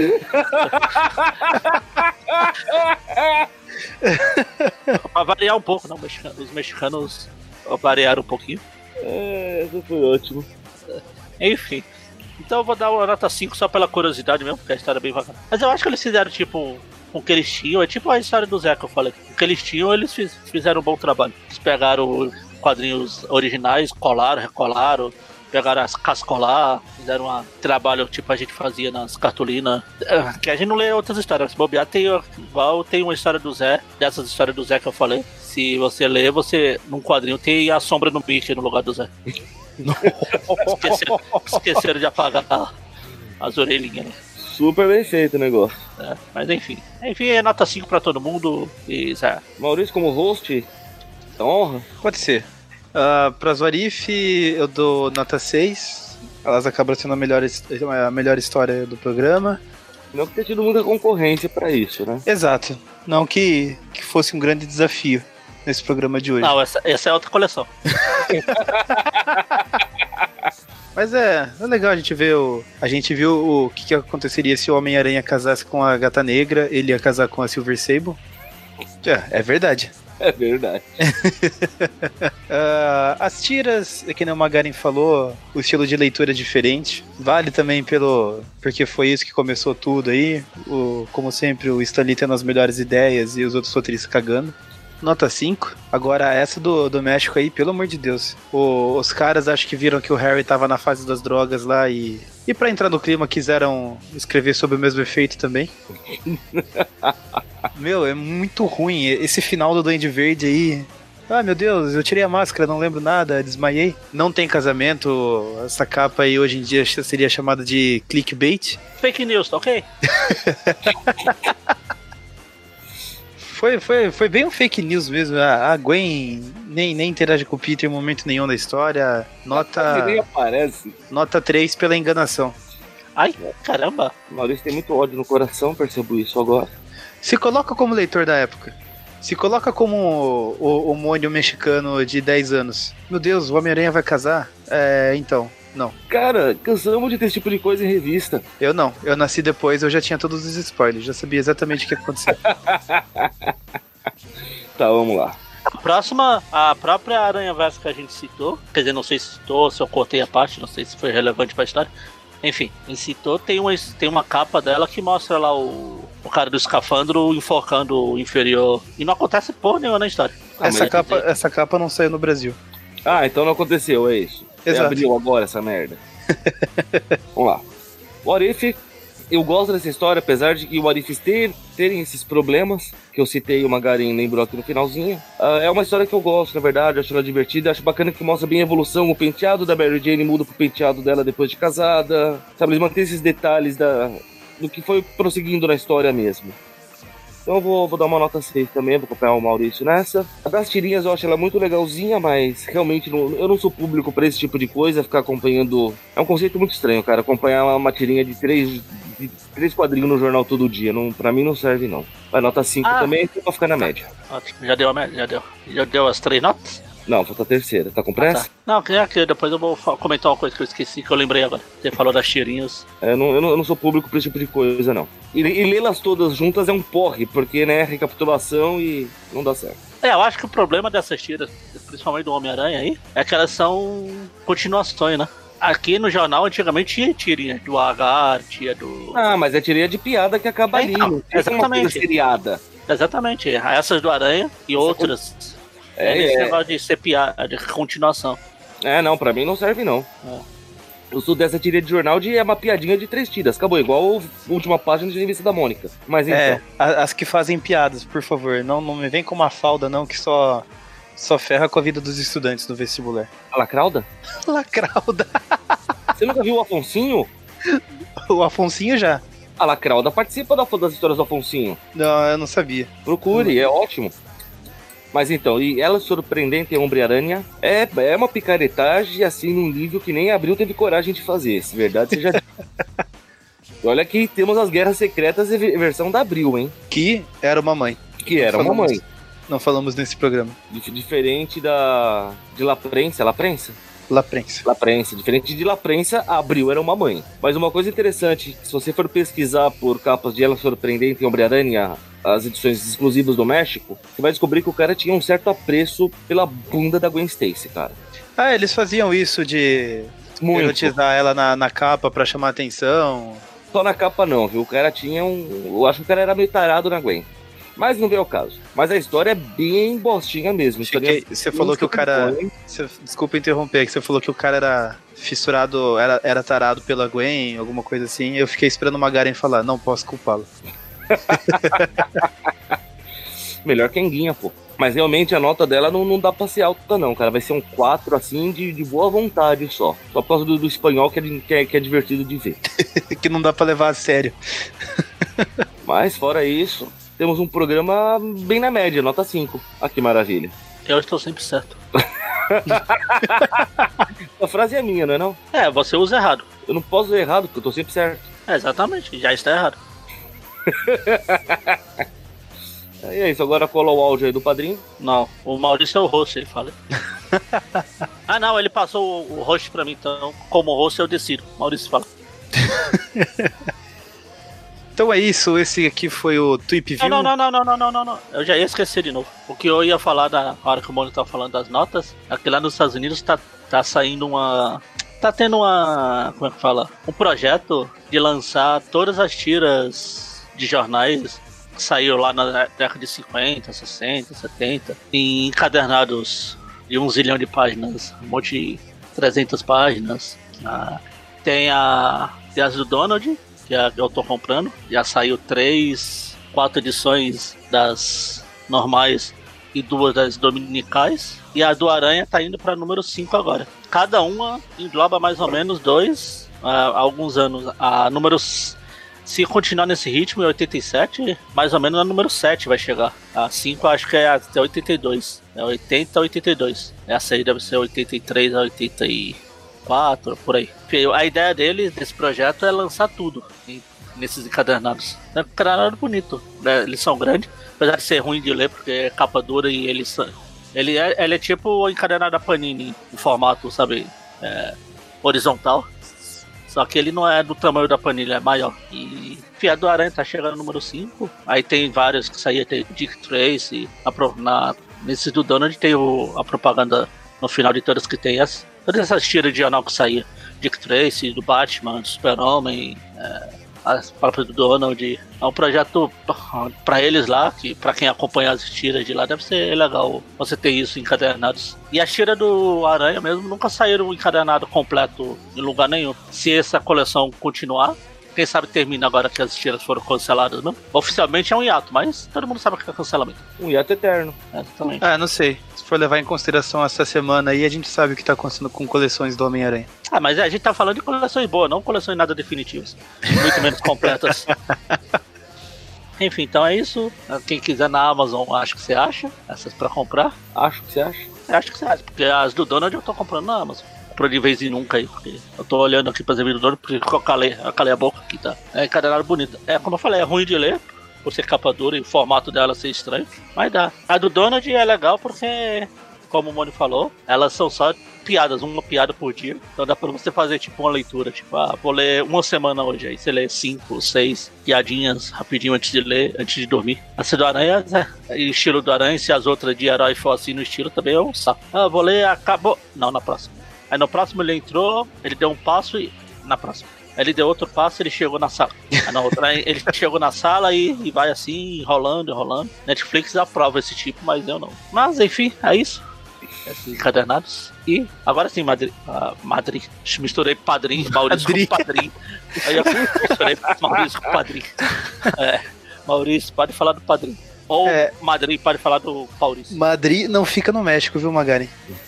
Pra variar um pouco, não, mexicano, os mexicanos variaram um pouquinho. É, isso foi ótimo. Enfim. Então eu vou dar uma nota cinco só pela curiosidade mesmo, porque a história é bem bacana. Mas eu acho que eles fizeram tipo com o que eles tinham, é tipo a história do Zé que eu falei. Com o que eles tinham, eles fiz, fizeram um bom trabalho. Eles pegaram quadrinhos originais, colaram, recolaram, pegaram as cascolar, fizeram um trabalho tipo a gente fazia nas cartolinas, que a gente não lê outras histórias. Se bobear, tem, igual tem uma história do Zé, dessas histórias do Zé que eu falei. Se você ler, você, num quadrinho, tem a sombra no Mickey no lugar do Zé. esqueceram, esqueceram de apagar as orelhinhas, né? Super bem feito o negócio. É, mas enfim. Enfim, é nota cinco pra todo mundo. E, Zé. Maurício, como host, da honra? Pode ser. Uh, para as Warif, eu dou nota seis. Elas acabam sendo a melhor, a melhor história do programa. Não que tenha tido muita concorrência pra isso, né? Exato. Não que, que fosse um grande desafio nesse programa de hoje. Não, essa, essa é outra coleção. Mas é, é legal a gente ver o. A gente viu o que, que aconteceria se o Homem-Aranha casasse com a Gata Negra, ele ia casar com a Silver Sable. É, é verdade. É verdade. uh, as tiras, que nem o Magarin falou, o estilo de leitura é diferente. Vale também pelo. Porque foi isso que começou tudo aí. O, como sempre, o Stan Lee tendo as melhores ideias e os outros roteiristas cagando. Nota cinco. Agora, essa do, do México aí, pelo amor de Deus. O, os caras acho que viram que o Harry tava na fase das drogas lá e. E pra entrar no clima quiseram escrever sobre o mesmo efeito também. Meu, é muito ruim. Esse final do Duende Verde aí. Ah, meu Deus, eu tirei a máscara, não lembro nada, desmaiei. Não tem casamento. Essa capa aí hoje em dia seria chamada de clickbait. Fake news, tá ok? Foi, foi, foi bem um fake news mesmo. A Gwen nem, nem interage com o Peter em momento nenhum da história. Nota. Ele nem aparece. Nota três pela enganação. Ai, caramba. O Maurício tem muito ódio no coração, percebo isso agora. Se coloca como leitor da época. Se coloca como o, o, o mônio mexicano de dez anos. Meu Deus, o Homem-Aranha vai casar? É, então. Não. Cara, cansamos de ter esse tipo de coisa em revista. Eu não. Eu nasci depois, eu já tinha todos os spoilers. Já sabia exatamente o que ia acontecer. Tá, vamos lá. A próxima, a própria Aranha-Verso que a gente citou, quer dizer, não sei se citou, se eu cortei a parte, não sei se foi relevante pra história. Enfim, ele citou, tem uma, tem uma capa dela que mostra lá o, o cara do escafandro enforcando o inferior. E não acontece porra nenhuma na história. Ah, essa, capa, dizer... essa capa não saiu no Brasil. Ah, então não aconteceu, é isso. Exato. Você abriu agora essa merda. Vamos lá. What If, eu gosto dessa história, apesar de que o What If ter, terem esses problemas, que eu citei, o Magarin lembrou aqui no finalzinho. Uh, é uma história que eu gosto, na verdade, acho ela divertida, acho bacana que mostra bem a evolução, o penteado da Mary Jane muda pro penteado dela depois de casada, sabe, eles mantêm esses detalhes da, do que foi prosseguindo na história mesmo. Então eu vou, vou dar uma nota seis também, vou acompanhar o Maurício nessa. A das tirinhas eu acho ela muito legalzinha, mas realmente não, eu não sou público pra esse tipo de coisa, ficar acompanhando... É um conceito muito estranho, cara, acompanhar uma tirinha de três, de três quadrinhos no jornal todo dia, não, pra mim não serve não. Vai, nota cinco ah. também, pra ficar na média. Ótimo, já deu a média, já deu. Já deu as três notas? Não, falta a terceira. Tá com pressa? Ah, tá. Não, queria que depois eu vou comentar uma coisa que eu esqueci, que eu lembrei agora. Você falou das tirinhas. É, eu, não, eu, não, eu não sou público pra esse tipo de coisa, não. E, e lê-las todas juntas é um porre, porque, né, recapitulação e não dá certo. É, eu acho que o problema dessas tiras, principalmente do Homem-Aranha aí, é que elas são continuações, né? Aqui no jornal, antigamente, tinha tirinha do Agar, tinha do... Ah, mas é tirinha de piada que acaba é, ali. Então, exatamente. Seriada. Exatamente. Essas do Aranha e Essa outras... É, é esse é. negócio de ser piada, de continuação. É, não, pra mim não serve não. É. Eu sou dessa tirinha de jornal de é uma piadinha de três tiras. Acabou, igual a última página de Revista da Mônica. Mas então... É, as que fazem piadas, por favor. Não, não me vem com uma falda, não, que só, só ferra com a vida dos estudantes no vestibular. A Lacrauda? Lacrauda. Você nunca viu o Afonsinho? O Afonsinho já. A Lacrauda participa das histórias do Afonsinho. Não, eu não sabia. Procure, é ótimo. Mas então, e Ela Surpreendente e Homem-Aranha é, é uma picaretagem, assim, num nível que nem Abril teve coragem de fazer, se verdade seja dita. Olha que temos as Guerras Secretas e versão da Abril, hein? Que era uma mãe. Que era não uma falamos, mãe. Não falamos nesse programa. Dif- diferente da... de La Prensa, La Prensa? La Prensa. La Prensa. Diferente de La Prensa, a Abril era uma mãe. Mas uma coisa interessante, se você for pesquisar por capas de Ela Surpreendente e Homem-Aranha, as edições exclusivas do México, você vai descobrir que o cara tinha um certo apreço pela bunda da Gwen Stacy, cara. Ah, eles faziam isso de Muito. erotizar ela na, na capa pra chamar atenção. Só na capa não, viu? O cara tinha um... Eu acho que o cara era meio tarado na Gwen. Mas não veio ao caso. Mas a história é bem bostinha mesmo. Fiquei, você falou que o cara... Você, desculpa interromper, que você falou que o cara era fissurado, era, era tarado pela Gwen, alguma coisa assim. Eu fiquei esperando o Magaren falar, não posso culpá-lo. Melhor que a Enguinha, pô. Mas realmente a nota dela não, não dá pra ser alta não, cara. Vai ser um quatro, assim, de, de boa vontade só. Só por causa do, do espanhol que é, que, é, que é divertido de ver. Que não dá pra levar a sério. Mas fora isso, temos um programa bem na média, nota cinco. Ah, que maravilha. Eu estou sempre certo. A frase é minha, não é não? É, você usa errado. Eu não posso usar errado, porque eu tô sempre certo. É, exatamente, já está errado. E é isso, agora cola o áudio aí do padrinho. Não, o Maurício é o host, ele fala. Ah não, ele passou o host pra mim, então como host eu decido. Maurício fala. Então é isso, esse aqui foi o Tweep View. Não, não, não, não, não, não, não, não. Eu já ia esquecer de novo. O que eu ia falar na hora que o Mônio tava falando das notas, é que lá nos Estados Unidos tá, tá saindo uma... Tá tendo uma... Como é que fala? Um projeto de lançar todas as tiras de jornais que saiu lá na década de cinquenta, sessenta, setenta, em encadernados de um zilhão de páginas, um monte de trezentas páginas. Ah, tem a tem as do Donald, que é a que eu tô comprando, já saiu três, quatro edições das normais e duas das dominicais, e a do Aranha tá indo para número cinco agora. Cada uma engloba mais ou menos dois, há alguns anos. A número Se continuar nesse ritmo, em oitenta e sete, mais ou menos a número sete vai chegar. A cinco acho que é até oitenta e dois. É oitenta a oitenta e dois. Essa aí deve ser oitenta e três a oitenta e quatro, por aí. A ideia deles, desse projeto, é lançar tudo em, nesses encadernados. É um encadernado bonito, né? Eles são grandes, apesar de ser ruim de ler, porque é capa dura e eles, ele, é, ele é tipo o encadernado da Panini, o formato, sabe, é, horizontal. Só que ele não é do tamanho da Panini, é maior. E Fia do Aranha tá chegando no número cinco. Aí tem vários que saíam, tem Dick Tracy. Na, nesse do Donald tem o, a propaganda no final de todas que tem. As, todas essas tiras de jornal que saía. Dick Tracy, do Batman, do Super-Homem, é, as próprias do Donald. É um projeto pra eles lá, que pra quem acompanha as tiras de lá deve ser legal você ter isso encadernados. E as tiras do Aranha mesmo nunca saíram encadernado completo em lugar nenhum. Se essa coleção continuar, quem sabe termina agora que as tiras foram canceladas mesmo. Oficialmente é um hiato, mas todo mundo sabe que é cancelamento. Um hiato eterno. É, exatamente. Ah, não sei. Se for levar em consideração essa semana aí, a gente sabe o que tá acontecendo com coleções do Homem-Aranha. Ah, mas a gente tá falando de coleções boas, não coleções nada definitivas. Muito menos completas. Enfim, então é isso. Quem quiser na Amazon, acho que você acha. Essas pra comprar. Acho que você acha. Acho que você acha, porque as do Donald eu tô comprando na Amazon. Compro de vez em nunca aí, porque eu tô olhando aqui pras reviews do Donald, porque eu calei, eu calei a boca aqui, tá? É encadernado bonito. É, como eu falei, é ruim de ler, por ser capa dura e o formato dela ser estranho, mas dá. A do Donald é legal porque, como o Mônio falou, elas são só piadas, uma piada por dia. Então dá pra você fazer tipo uma leitura, tipo, ah, vou ler uma semana hoje. Aí você lê cinco, seis piadinhas rapidinho antes de ler, antes de dormir. Essa do Aranha, é, estilo do Aranha, se as outras de herói for assim no estilo, também é um saco. Ah, vou ler, acabou. Não, na próxima. Aí no próximo ele entrou, ele deu um passo e na próxima. Aí ele deu outro passo e ele chegou na sala. Aí na outra ele chegou na sala e, e vai assim, enrolando, enrolando. Netflix aprova esse tipo, mas eu não. Mas enfim, é isso. Esses encadernados. E agora sim, Madri. Uh, Madri. Misturei padrinho, Maurício Madri. com padrinho. Aí eu misturei Maurício com padrinho. É, Maurício, pode falar do padrinho. Ou é, Madrid, pode falar do Maurício. Madrid não fica no México, viu, Magari?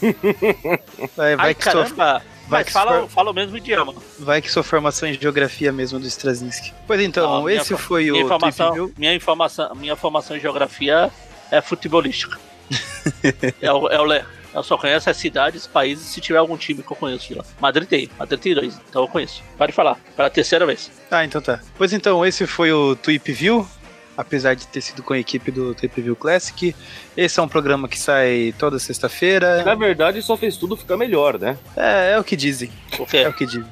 Vai, vai Ai, que caramba. Sua, vai que fala, for... fala o mesmo idioma. Vai que sua formação em geografia mesmo do Straczynski. Pois então, não, esse minha, foi minha o informação, minha informação, minha formação em geografia é futebolística. é o, é o Le. Eu só conheço as cidades, países, se tiver algum time que eu conheço de lá. Madrid tem, Madrid tem dois, então eu conheço. Pode falar, pela terceira vez. Ah, então tá. Pois então, esse foi o Tweep View, apesar de ter sido com a equipe do Tweep View Classic. Esse é um programa que sai toda sexta-feira. Na verdade, só fez tudo ficar melhor, né? É, é o que dizem. O quê? É o que dizem.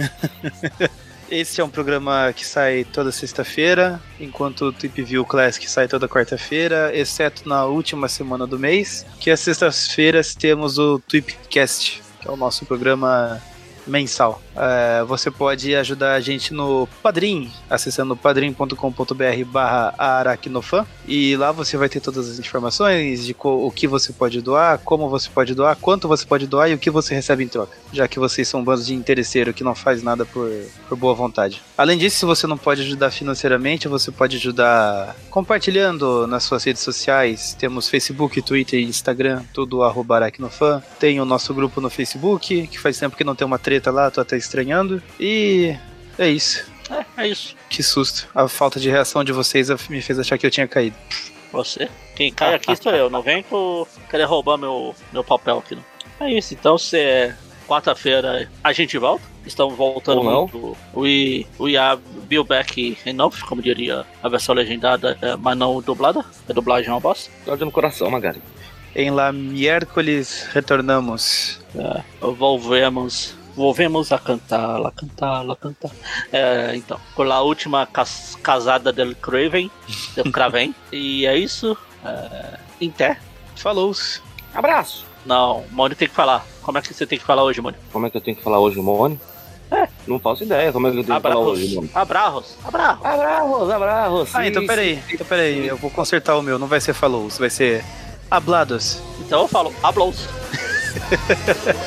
Esse é um programa que sai toda sexta-feira, enquanto o Tweep View Classic sai toda quarta-feira, exceto na última semana do mês, que às sextas-feiras temos o Tweepcast, que é o nosso programa mensal. É, você pode ajudar a gente no Padrim, acessando padrim.com.br barra aracnofan, e lá você vai ter todas as informações de o que você pode doar, como você pode doar, quanto você pode doar e o que você recebe em troca, já que vocês são um bando de interesseiro que não faz nada por, por boa vontade. Além disso, se você não pode ajudar financeiramente, você pode ajudar compartilhando nas suas redes sociais. Temos Facebook, Twitter e Instagram, tudo arroba aracnofan. Tem o nosso grupo no Facebook, que faz tempo que não tem uma treta lá, tô até estranhando. E é isso. É, é isso. Que susto. A falta de reação de vocês me fez achar que eu tinha caído. Você? Quem cai aqui sou eu. Não vem por querer roubar meu, meu papel aqui, não. É isso. Então, se é quarta-feira a gente volta. Estamos voltando muito. We, we are Bill back enough, como diria a versão legendada, mas não dublada. A dublagem é uma bosta. Ódio no coração, Magari. Em la miércoles retornamos. É, volvemos. Volvemos a cantar, a cantar, a cantar. É, então, por lá a última cas casada del Craven, del Craven. E é isso. É, Inter. Falou. Abraço. Não, Mônio tem que falar. Como é que você tem que falar hoje, Mônio? Como é que eu tenho que falar hoje, Mônio? É. Não faço ideia como é que eu tenho Abrahos. que falar hoje, Mônio. Abrahos. Abrahos. Abrahos, abrahos. Ah, então peraí. Então peraí. Eu vou consertar o meu. Não vai ser falou, vai ser hablados. Então eu falo, hablos.